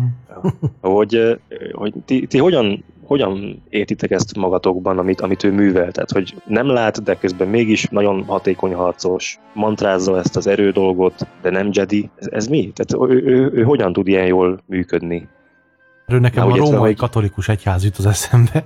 hogy, hogy ti, ti hogyan, hogyan értitek ezt magatokban, amit, amit ő művel? Tehát, hogy nem lát, de közben mégis nagyon hatékony harcos, mantrázza ezt az erő dolgot, de nem Jedi. Ez, ez mi? Tehát ő, ő, ő, ő hogyan tud ilyen jól működni? Erről nekem na, a római hogy... katolikus egyház jut az eszembe.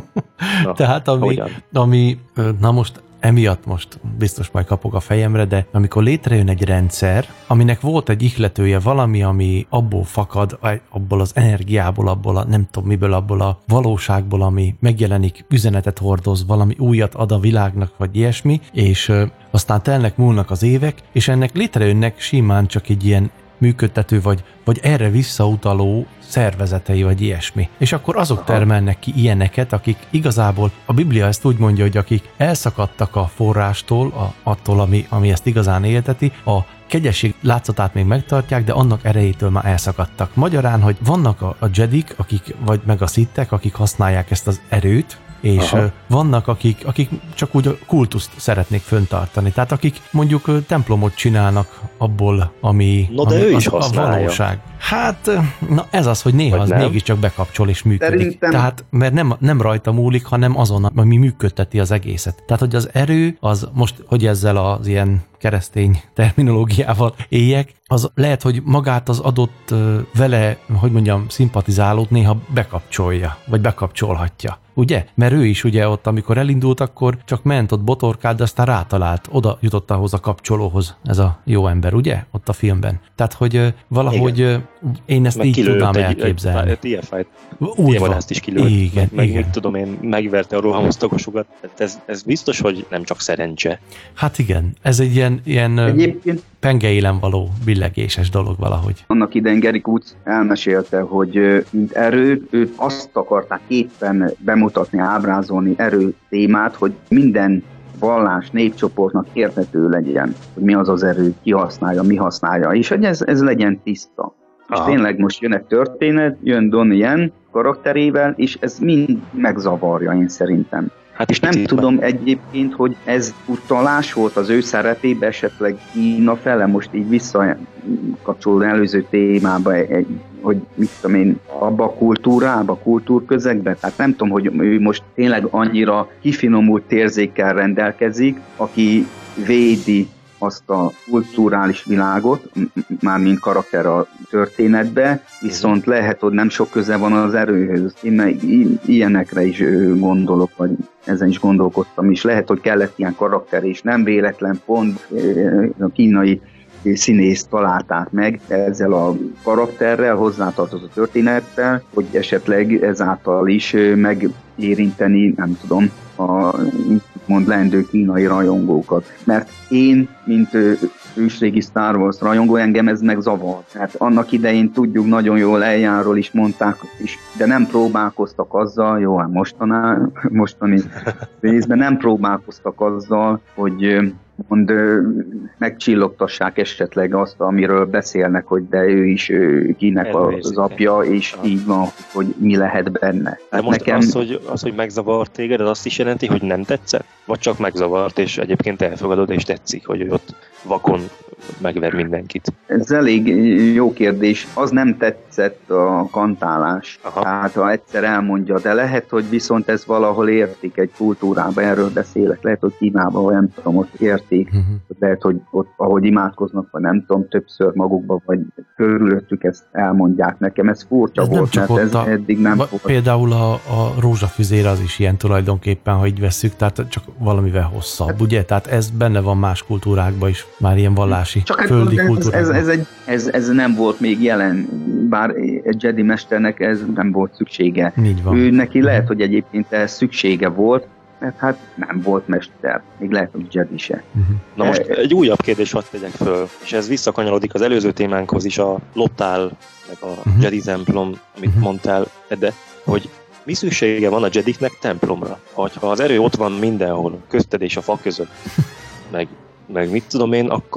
Na, Tehát ami, ami, na most emiatt most biztos majd kapok a fejemre, de amikor létrejön egy rendszer, aminek volt egy ihletője, valami, ami abból fakad, abból az energiából, abból a nem tudom miből, abból a valóságból, ami megjelenik, üzenetet hordoz, valami újat ad a világnak, vagy ilyesmi, és ö, aztán telnek, múlnak az évek, és ennek létrejönnek simán csak egy ilyen működtető, vagy, vagy erre visszautaló szervezetei, vagy ilyesmi. És akkor azok Aha. termelnek ki ilyeneket, akik igazából, a Biblia ezt úgy mondja, hogy akik elszakadtak a forrástól, a, attól, ami, ami ezt igazán élteti, a kegyesség látszatát még megtartják, de annak erejétől már elszakadtak. Magyarán, hogy vannak a, a jedik, akik, vagy meg a szittek, akik használják ezt az erőt, és Aha. vannak, akik, akik csak úgy a kultuszt szeretnék föntartani. Tehát akik mondjuk templomot csinálnak abból, ami, no, de ami ő az, is a valóság. Hát, na ez az, hogy néha az mégiscsak bekapcsol és működik. Szerintem... Tehát, mert nem, nem rajta múlik, hanem azon, ami működteti az egészet. Tehát, hogy az erő, az most, hogy ezzel az ilyen keresztény terminológiával éljek, az lehet, hogy magát az adott vele, hogy mondjam, szimpatizálót néha bekapcsolja, vagy bekapcsolhatja. Ugye? Mert ő is ugye ott, amikor elindult, akkor csak ment ott botorkált, de aztán rátalált, oda jutott ahhoz a kapcsolóhoz ez a jó ember, ugye? Ott a filmben. Tehát, hogy valahogy igen. én ezt meg így tudnám elképzelni. Egy té ef i-t, Úgy van. Ezt is kilőtt, igen, meg, igen. meg tudom én, megverte a rohamosztagosokat. Ez, ez biztos, hogy nem csak szerencse. Hát igen, ez egy ilyen, ilyen Egyébként... pengeélen való billegéses dolog valahogy. Annak idején Gary Kutz elmesélte, hogy mint erő, őt azt akarták éppen bemutatni, ábrázolni erő témát, hogy minden vallás, népcsoportnak érthető legyen, hogy mi az az erő, ki használja, mi használja, és hogy ez, ez legyen tiszta. Aha. És tényleg most jön egy történet, jön Donnie Yen karakterével, és ez mind megzavarja, én szerintem. Hát és nem tudom egyébként, hogy ez utalás volt az ő szerepébe, esetleg Kína fele, most így visszakapcsolódó előző témába, egy, hogy mit tudom én, abba a kultúrába, kultúrközegbe, tehát nem tudom, hogy ő most tényleg annyira kifinomult érzékkel rendelkezik, aki védi azt a kulturális világot, mármint karakter a történetbe, viszont lehet, hogy nem sok köze van az erőhöz. Én meg ilyenekre is gondolok, vagy ezen is gondolkodtam is. Lehet, hogy kellett ilyen karakter, és nem véletlen pont a kínai színész találták meg ezzel a karakterrel, hozzátartozó történettel, hogy esetleg ezáltal is megérinteni, nem tudom, a mond leendő kínai rajongókat. Mert én, mint ősrégi Star Wars rajongó, engem ez meg zavar. Hát annak idején tudjuk, nagyon jól eljáról is mondták, is, de nem próbálkoztak azzal, jó, hát mostaná, mostani részben nem próbálkoztak azzal, hogy mond, megcsillogtassák esetleg azt, amiről beszélnek, hogy de ő is kinek az apja, és Aha. így van, hogy mi lehet benne. De hát most nekem... az, hogy, az, hogy megzavart téged, az azt is jelenti, hogy nem tetszett? Vagy csak megzavart, és egyébként elfogadod, és tetszik, hogy ő ott vakon megver mindenkit? Ez elég jó kérdés. Az nem tetszett a kantálás. Aha. Tehát ha egyszer elmondja, de lehet, hogy viszont ez valahol értik egy kultúrában, erről beszélek, lehet, hogy Kínában, vagy nem tudom, ott értik, uh-huh. lehet, hogy ott, ahogy imádkoznak, vagy nem tudom, többször magukban, vagy körülöttük ezt elmondják nekem. Ez furcsa ez volt, mert ez a, eddig nem volt. Például a, a rózsafüzér az is ilyen tulajdonképpen, ha így vesszük, tehát csak valamivel hosszabb, hát, ugye? Tehát ez benne van más kultúrákban is, már ilyen vallási, csak földi ez, kultúrákban. Ez, ez, egy, ez, ez nem volt még jelen, bár egy Jedi mesternek ez nem volt szüksége. Ő neki lehet, hogy egyébként ez szüksége volt, mert hát nem volt mester, még lehet, hogy Jedi se. Uh-huh. Na most egy újabb kérdés hadd tegyek föl, és ez visszakanyarodik az előző témánkhoz is, a Loptál, meg a uh-huh. Jedi templom, amit uh-huh. mondtál, de hogy mi szüksége van a Jediknek templomra? Ha az erő ott van mindenhol, közted és a fa között, meg, meg mit tudom én, akkor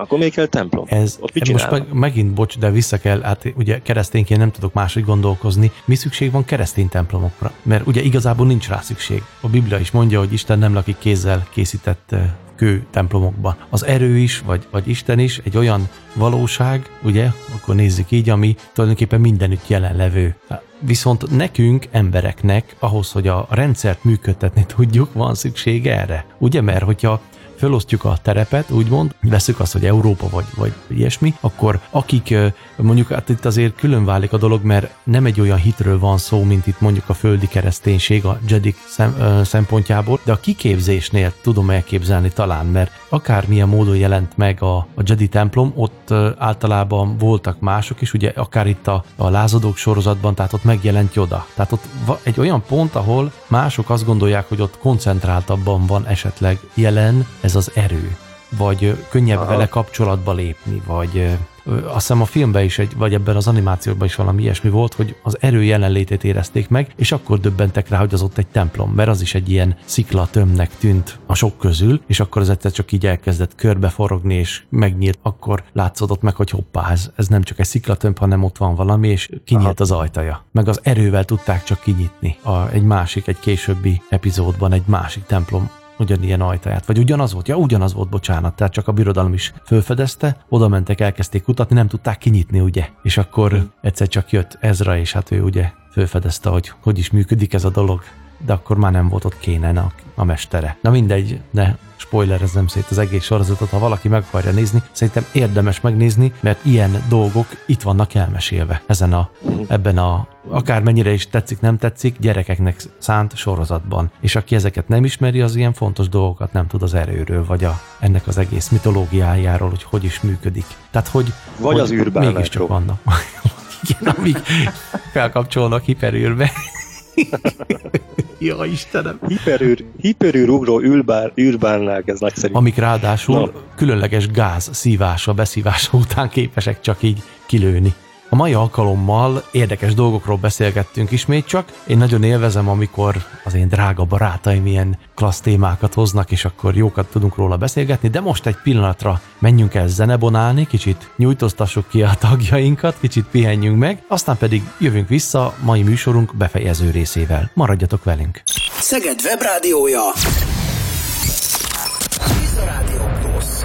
Akkor még kell templom. Ez, Ott mit most meg, megint, bocs, de vissza kell, hát ugye keresztényként nem tudok máshogy gondolkozni. Mi szükség van keresztény templomokra? Mert ugye igazából nincs rá szükség. A Biblia is mondja, hogy Isten nem lakik kézzel készített kő templomokban. Az erő is, vagy, vagy Isten is egy olyan valóság, ugye, akkor nézzük így, ami tulajdonképpen mindenütt jelenlevő. Viszont nekünk, embereknek, ahhoz, hogy a rendszert működtetni tudjuk, van szükség erre. Ugye, mert hogyha felosztjuk a terepet, úgymond, veszük azt, hogy Európa vagy, vagy ilyesmi, akkor akik mondjuk, hát itt azért külön válik a dolog, mert nem egy olyan hitről van szó, mint itt mondjuk a földi kereszténység a Jedik szem, szempontjából, de a kiképzésnél tudom elképzelni talán, mert akármilyen módon jelent meg a, a Jedi templom, ott általában voltak mások is, ugye akár itt a, a lázadók sorozatban, tehát ott megjelent Yoda. Tehát ott egy olyan pont, ahol mások azt gondolják, hogy ott koncentráltabban van esetleg jelen ez az erő, vagy könnyebb Aha. vele kapcsolatba lépni, vagy azt hiszem a filmben is, egy, vagy ebben az animációban is valami ilyesmi volt, hogy az erő jelenlétét érezték meg, és akkor döbbentek rá, hogy az ott egy templom, mert az is egy ilyen sziklatömnek tűnt a sok közül, és akkor az egyszer csak így elkezdett körbeforogni, és megnyílt, akkor látszódott meg, hogy hoppá, ez, ez nem csak egy sziklatömb, hanem ott van valami, és kinyílt az ajtaja. Meg az erővel tudták csak kinyitni. A, egy másik, egy későbbi epizódban egy másik templom ugyanilyen ajtaját. Vagy ugyanaz volt? Ja, ugyanaz volt, bocsánat. Tehát csak a birodalom is fölfedezte, oda mentek, elkezdték kutatni, nem tudták kinyitni, ugye? És akkor egyszer csak jött Ezra, és hát ő ugye fölfedezte, hogy hogy is működik ez a dolog. De akkor már nem volt ott Kénen a, a mestere. Na mindegy, ne spoilerezzem szét az egész sorozatot, ha valaki meg akarja nézni, szerintem érdemes megnézni, mert ilyen dolgok itt vannak elmesélve ezen a, ebben a, akármennyire is tetszik, nem tetszik, gyerekeknek szánt sorozatban. És aki ezeket nem ismeri, az ilyen fontos dolgokat nem tud az erőről, vagy a, ennek az egész mitológiájáról, hogy hogy is működik. Tehát, hogy, vagy hogy az űrbálnákról. Mégiscsak vannak. Igen, amíg felkapcsolnak hiperűrbe. Ja, Istenem. Hiperűr, hiperűr ugró űrbár, űrbárnák, ez nagyszerű. Amik ráadásul no. különleges gáz szívása, beszívása után képesek csak így kilőni. A mai alkalommal érdekes dolgokról beszélgettünk ismét csak. Én nagyon élvezem, amikor az én drága barátaim ilyen klassz témákat hoznak, és akkor jókat tudunk róla beszélgetni, de most egy pillanatra menjünk el zenebonálni, kicsit nyújtóztassuk ki a tagjainkat, kicsit pihenjünk meg, aztán pedig jövünk vissza mai műsorunk befejező részével. Maradjatok velünk! Szeged Webrádiója! Rádió Plusz.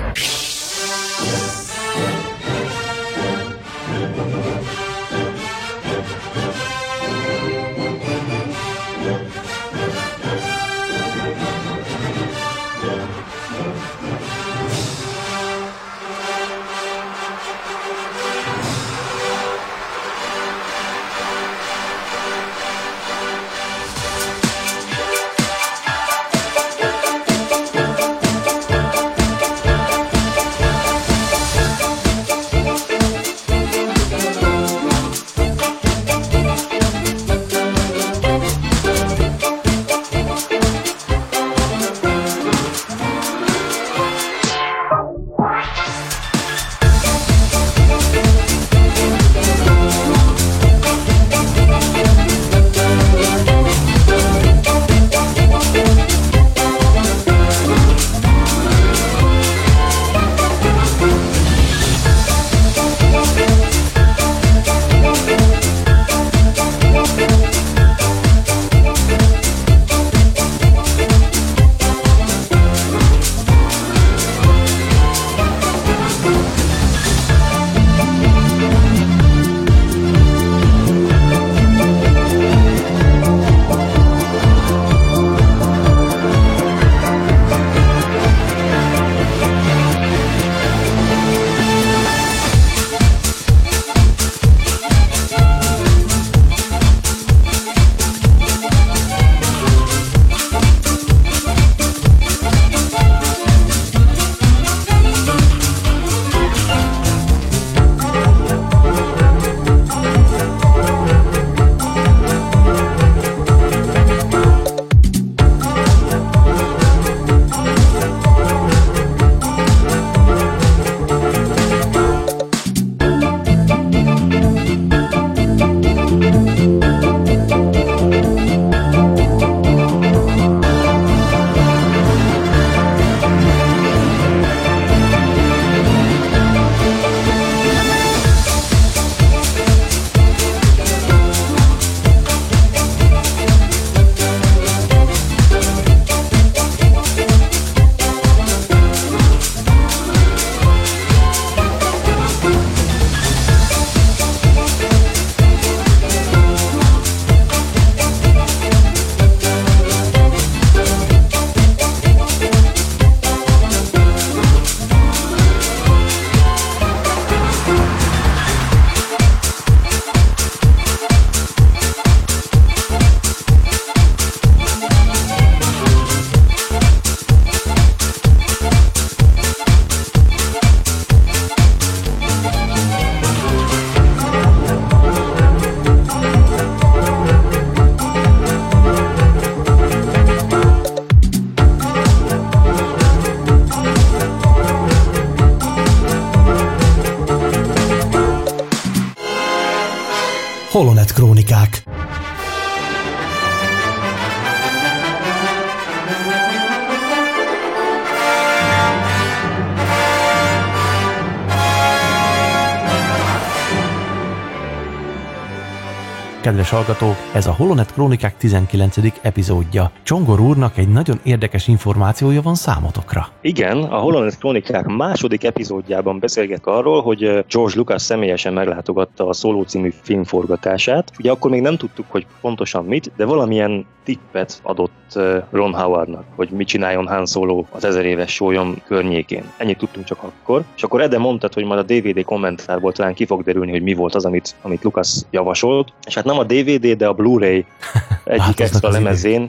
Kedves hallgatók, ez a Holonet Krónikák tizenkilencedik epizódja. Csongor úrnak egy nagyon érdekes információja van számotokra. Igen, a Holonet Krónikák második epizódjában beszélget arról, hogy George Lucas személyesen meglátogatta a Solo című film forgatását. Ugye akkor még nem tudtuk, hogy pontosan mit, de valamilyen tippet adott Ron Howardnak, hogy mit csináljon Han Solo az ezer éves sólyom környékén. Ennyit tudtunk csak akkor. És akkor Ede mondtad, hogy majd a dé vé dé kommentárból talán ki fog derülni, hogy mi volt az, amit, amit Lucas javasolt. És hát nem a dé vé dé, de a Blu-ray egyik extra lemezén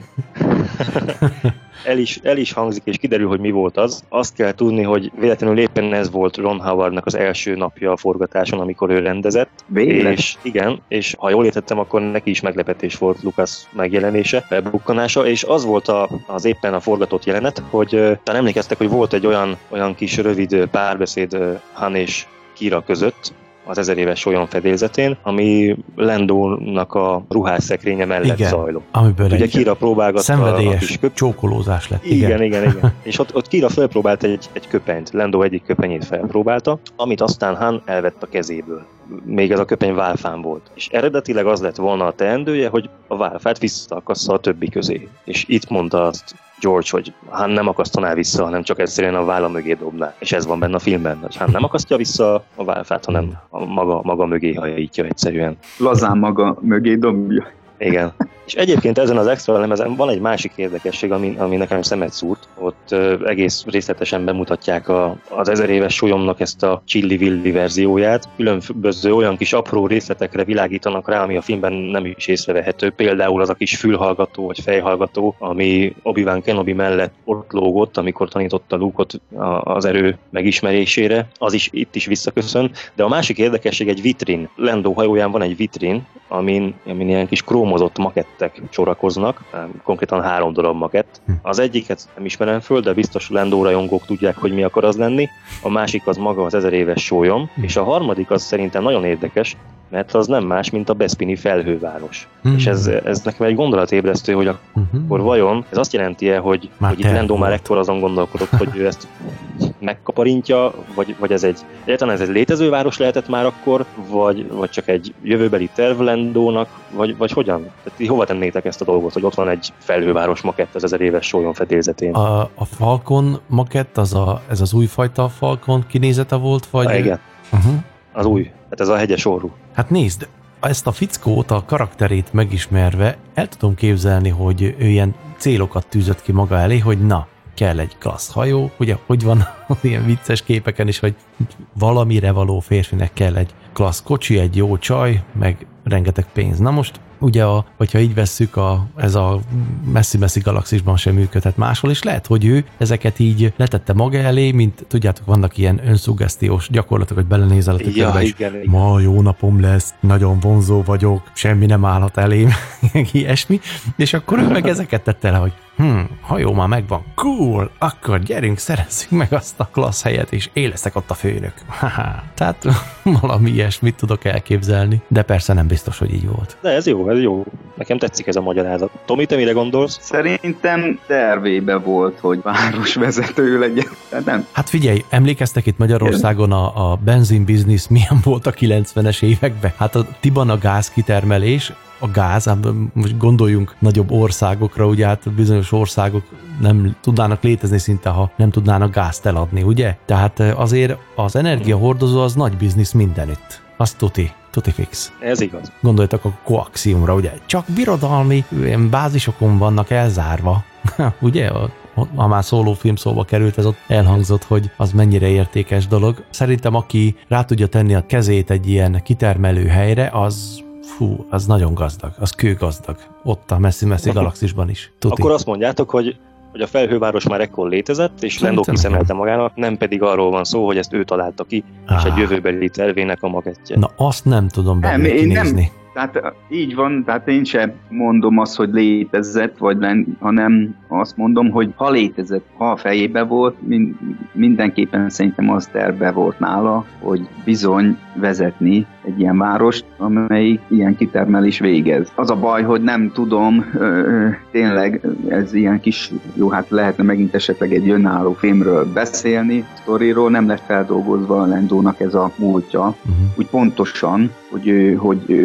el is, el is hangzik, és kiderül, hogy mi volt az. Azt kell tudni, hogy véletlenül éppen ez volt Ron Howardnak az első napja a forgatáson, amikor ő rendezett. Végre? És igen, és ha jól értettem, akkor neki is meglepetés volt Lucas megjelenése, bebukkanása, és az volt a, az éppen a forgatott jelenet, hogy talán emlékeztek, hogy volt egy olyan, olyan kis rövid párbeszéd Han és Kira között, az ezer éves sólyom fedélzetén, ami Landónak a ruhásszekrénye mellett igen, zajlott. Amiből ugye egy Kira próbálgatta szenvedélyes a köp... csókolózás lett. Igen, igen, igen. igen. És ott, ott Kira felpróbált egy, egy köpenyt, Lando egyik köpenyét felpróbálta, amit aztán Han elvett a kezéből. Még ez a köpeny válfán volt. És eredetileg az lett volna a teendője, hogy a válfát visszaakassza a többi közé. És itt mondta azt George, hogy Han nem akasztaná vissza, hanem csak egyszerűen a válla mögé dobná. És ez van benne a filmben, hogy Han nem akasztja vissza a válfát, hanem a maga, maga mögé hajítja egyszerűen. Lazán maga mögé dobja. Igen. És egyébként ezen az extra lemezen van egy másik érdekesség, ami, ami nekem szemet szúrt. Ott uh, egész részletesen bemutatják a, az ezer éves sólyomnak ezt a Chilli-Villi verzióját. Különböző olyan kis apró részletekre világítanak rá, ami a filmben nem is észrevehető. Például az a kis fülhallgató vagy fejhallgató, ami Obi-Wan Kenobi mellett ott lógott, amikor tanította Luke-ot az erő megismerésére. Az is itt is visszaköszön. De a másik érdekesség egy vitrin. Lando hajóján van egy vitrin, amin, amin ilyen kis krómozott makettek sorakoznak, konkrétan három darab makett. Az egyiket nem ismerem föl, de biztos Lando rajongók tudják, hogy mi akar az lenni. A másik az maga az ezer éves sólyom, és a harmadik az szerintem nagyon érdekes, mert az nem más, mint a Bespini felhőváros. Mm. És ez, ez nekem egy gondolatébresztő, hogy akkor vajon ez azt jelenti-e, hogy, hogy itt Lando már ekkor azon gondolkodott, hogy ő ezt megkaparintja, vagy, vagy ez egy egyáltalán ez egy létező város lehetett már akkor, vagy, vagy csak egy jövőbeli terv Landónak, vagy, vagy hogyan? Tehát hova tennétek ezt a dolgot, hogy ott van egy felhőváros makett az ezer éves sólyom fedélzetén? A, a Falcon makett, az a, ez az újfajta Falcon kinézete volt, vagy? A, igen. Uh-huh. Az új. Hát ez a hegyes orrú. Hát nézd, ezt a fickót, a karakterét megismerve el tudom képzelni, hogy ő ilyen célokat tűzött ki maga elé, hogy na, kell egy klassz hajó, ugye, hogy van ilyen vicces képeken is, hogy valamire való férfinek kell egy klassz kocsi, egy jó csaj, meg rengeteg pénz. Na most, ugye, a, hogyha így vesszük, a, ez a messzi-messzi galaxisban sem működhet máshol, és lehet, hogy ő ezeket így letette maga elé, mint tudjátok, vannak ilyen önszuggesztiós gyakorlatok, hogy belenézel a tükörbe, és igen, igen. Ma jó napom lesz, nagyon vonzó vagyok, semmi nem állhat elém, ilyesmi, és akkor ő meg ezeket tette le, hogy hm, hajó már megvan, cool, akkor gyerünk, szerezzük meg azt a klassz helyet, és én leszek ott a főnök. Haha. Tehát valami ilyesmit tudok elképzelni, de persze nem biztos, hogy így volt. De ez jó, ez jó. Nekem tetszik ez a magyarázat. Tomi, te mire gondolsz? Szerintem tervébe volt, hogy városvezető legyen. De nem. Hát figyelj, emlékeztek itt Magyarországon a, a benzinbiznisz milyen volt a kilencvenes években? Hát a Tiban a gázkitermelés, a gáz, most gondoljunk nagyobb országokra, ugye hát bizonyos országok nem tudnának létezni szinte, ha nem tudnának gázt eladni, ugye? Tehát azért az energiahordozó az nagy biznisz mindenütt. Az tuti. Tuti fix. Ez igaz. Gondoljatok a koaxiumra, ugye? Csak birodalmi ilyen bázisokon vannak elzárva. Ugye? Ha már szólófilm szóba került, ez ott elhangzott, hogy az mennyire értékes dolog. Szerintem aki rá tudja tenni a kezét egy ilyen kitermelő helyre, az fú, az nagyon gazdag, az kőgazdag. Ott a messzi-messzi galaxisban is. Tuti. Akkor azt mondjátok, hogy hogy a felhőváros már ekkor létezett, és Lando kiszemelte magának, nem pedig arról van szó, hogy ezt ő találta ki, ah. és egy jövőbeli tervének a magettje. Na, azt nem tudom belőle kinézni. Nem. Tehát így van, tehát én sem mondom azt, hogy létezett, vagy len, hanem azt mondom, hogy ha létezett, ha a fejében volt, mind, mindenképpen szerintem az terve volt nála, hogy bizony vezetni egy ilyen várost, amelyik ilyen kitermelés végez. Az a baj, hogy nem tudom, ö, tényleg ez ilyen kis, jó, hát lehetne megint esetleg egy önálló filmről beszélni, sztoriról, nem lett feldolgozva a Landónak ez a múltja, uh-huh. úgy pontosan, hogy ő, hogy ő kerül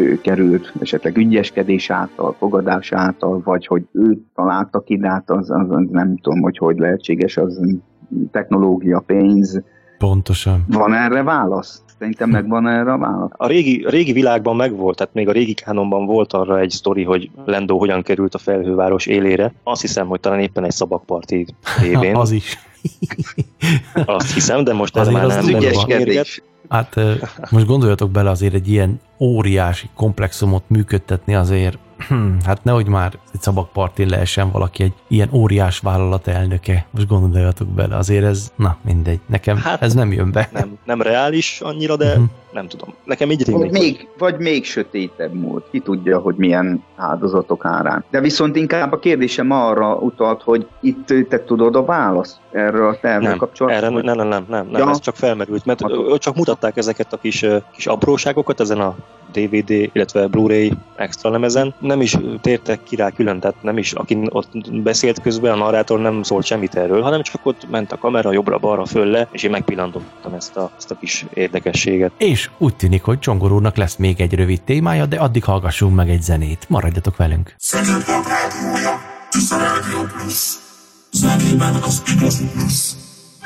sikerült, esetleg ügyeskedés által, fogadás által, vagy hogy őt találta ki, de hát az, az, az nem tudom, hogy hogy lehetséges, az technológia, pénz. Pontosan. Van erre válasz? Szerintem megvan erre a válasz. A régi, a régi világban megvolt, tehát még a régi kánonban volt arra egy sztori, hogy Lando hogyan került a felhőváros élére. Azt hiszem, hogy talán éppen egy szabadparti tévén. Az is. Azt hiszem, de most ez Azért már az nem. ügyeskedés. Hát most gondoljatok bele, azért egy ilyen óriási komplexumot működtetni azért, hát nehogy már egy szabadpartin lehessen valaki egy ilyen óriás vállalat elnöke. Most gondoljatok bele, azért ez, na mindegy, nekem hát, ez nem jön be. Nem, nem reális annyira, de uh-huh. nem tudom. Nekem így vagy még, vagy még sötétebb múlt. Ki tudja, hogy milyen áldozatok árán. De viszont inkább a kérdésem arra utalt, hogy itt te tudod a választ erről a tervvel kapcsolatban? Erre, nem, nem, nem, nem, nem. Ja. Ez csak felmerült, mert hát, csak mutatták ezeket a kis, kis apróságokat ezen a dé vé dé, illetve Blu-ray extra lemezen. Nem is tértek ki rá külön, tehát nem is, aki ott beszélt közben, a narrátor nem szólt semmit erről, hanem csak ott ment a kamera jobbra-balra föl le, és én megpillantottam ezt a, ezt a kis érdekességet. És úgy tűnik, hogy Csongor úrnak lesz még egy rövid témája, de addig hallgassunk meg egy zenét. Maradjatok velünk! Szeged Web Rádiója, Tisza Rádió Plusz. Zenében az igazi plusz.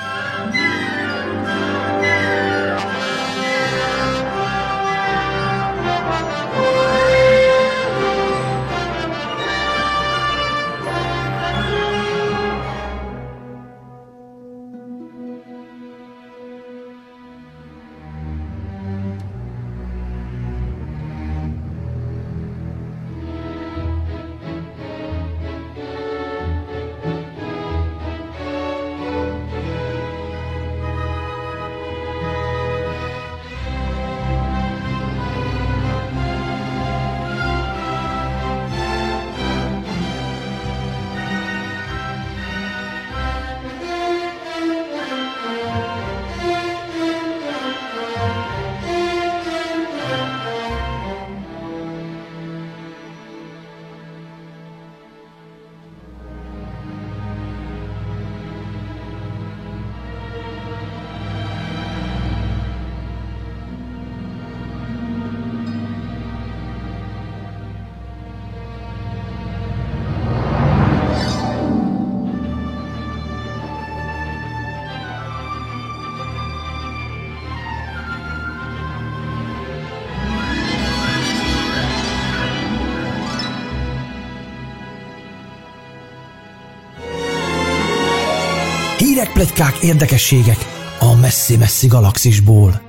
Hírek, pletykák, érdekességek a messzi-messzi galaxisból.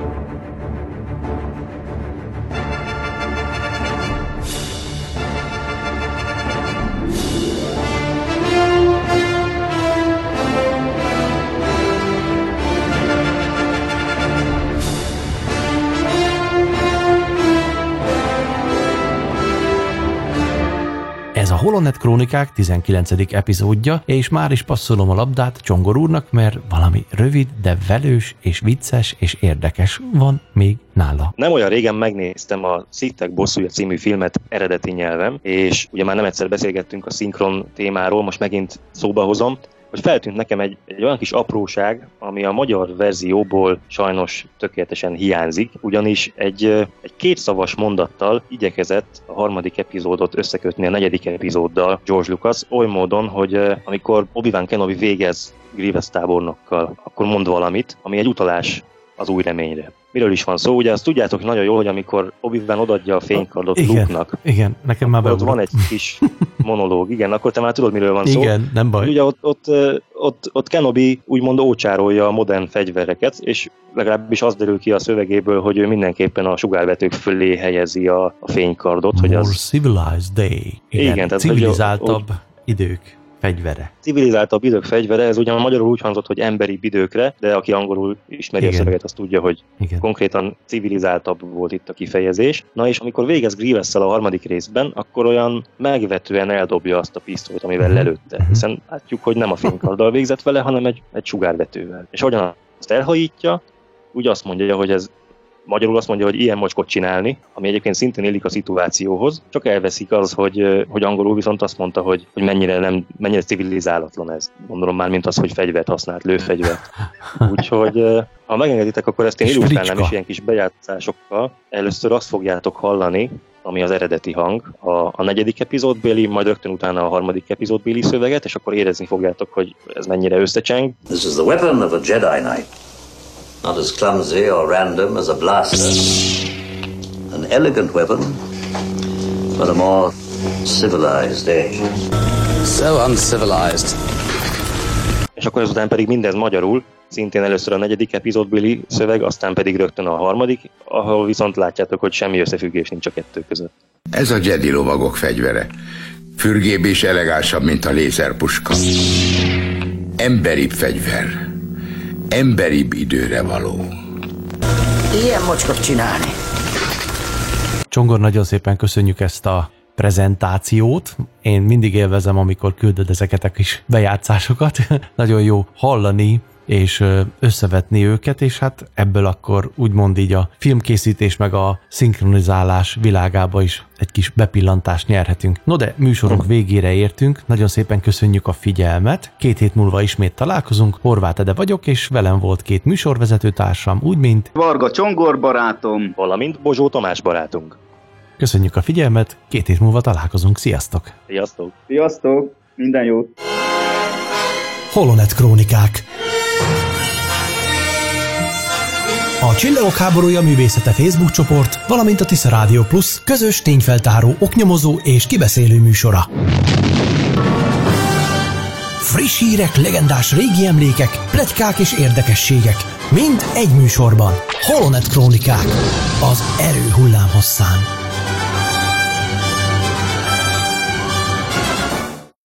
Ez a Holonet Krónikák tizenkilencedik epizódja, és már is passzolom a labdát Csongor úrnak, mert valami rövid, de velős és vicces és érdekes van még nála. Nem olyan régen megnéztem a Sithek bosszúja című filmet eredeti nyelven, és ugye már nem egyszer beszélgettünk a szinkron témáról, most megint szóba hozom, hogy feltűnt nekem egy, egy olyan kis apróság, ami a magyar verzióból sajnos tökéletesen hiányzik, ugyanis egy, egy kétszavas mondattal igyekezett a harmadik epizódot összekötni a negyedik epizóddal George Lucas, oly módon, hogy amikor Obi-Wan Kenobi végez Grievous tábornokkal, akkor mond valamit, ami egy utalás az új reményre. Miről is van szó? Ugye azt tudjátok nagyon jól, hogy amikor Obi-Wan odaadja a fénykardot Luke-nak, igen, nekem már ott van egy kis monológ, igen, akkor te már tudod, miről van szó. Igen, nem baj. Ugye ott, ott, ott, ott Kenobi úgymond ócsárolja a modern fegyvereket, és legalábbis az derül ki a szövegéből, hogy ő mindenképpen a sugárvetők fölé helyezi a, a fénykardot. More hogy az... civilized day. Igen, igen, tehát civilizáltabb hogy, idők fegyvere. Civilizáltabb idők fegyvere, ez ugyan magyarul úgy hangzott, hogy emberi időkre, de aki angolul ismeri igen. a szöveget, az tudja, hogy igen. konkrétan civilizáltabb volt itt a kifejezés. Na és amikor végez Grievous-szel a harmadik részben, akkor olyan megvetően eldobja azt a pisztolyt, amivel lelőtte. Hiszen látjuk, hogy nem a fénykarddal végzett vele, hanem egy, egy sugárvetővel. És ahogyan azt elhajítja, úgy azt mondja, hogy ez magyarul azt mondja, hogy ilyen mocskot csinálni, ami egyébként szintén illik a szituációhoz, csak elveszik az, hogy, hogy angolul viszont azt mondta, hogy, hogy mennyire, nem, mennyire civilizálatlan ez. Gondolom már, mint az, hogy fegyvert használt, lőfegyvert. Úgyhogy ha megengeditek, akkor ezt én illusztrálnám is ilyen kis bejátszásokkal. Először azt fogjátok hallani ami az eredeti hang, a, a negyedik epizódbéli, majd rögtön utána a harmadik epizódbéli szöveget, és akkor érezni fogjátok, hogy ez mennyire összecseng. This is the weapon of a Jedi Knight. Not as clumsy or random as a blaster. An elegant weapon, but a more civilized age. So uncivilized. És akkor ezután pedig mindez magyarul, szintén először a negyedik epizódbéli szöveg, aztán pedig rögtön a harmadik, ahol viszont látjátok, hogy semmi összefüggés nincs a kettő között. Ez a Jedi lovagok fegyvere. Fürgébb és elegánsabb, mint a lézerpuska. Emberibb fegyver. Emberibb időre való. Ilyen mocskot csinálni. Csongor, nagyon szépen köszönjük ezt a prezentációt. Én mindig élvezem, amikor küldöd ezeket a kis bejátszásokat. Nagyon jó hallani és összevetni őket, és hát ebből akkor úgymond így a filmkészítés meg a szinkronizálás világába is egy kis bepillantást nyerhetünk. No de műsorunk végére értünk, nagyon szépen köszönjük a figyelmet, két hét múlva ismét találkozunk, Horváth Ede vagyok, és velem volt két műsorvezető társam, úgy mint Varga Csongor barátom, valamint Bozsó Tamás barátunk. Köszönjük a figyelmet, két hét múlva találkozunk, sziasztok! Sziasztok! Sziasztok! Minden jót! Holonet Krónikák. A Csillagok háborúja művészete Facebook csoport, valamint a Tisza Rádió Plus közös tényfeltáró, oknyomozó és kibeszélő műsora. Friss hírek, legendás régi emlékek, pletykák és érdekességek. Mind egy műsorban. Holonet Krónikák. Az erő hullámhosszán.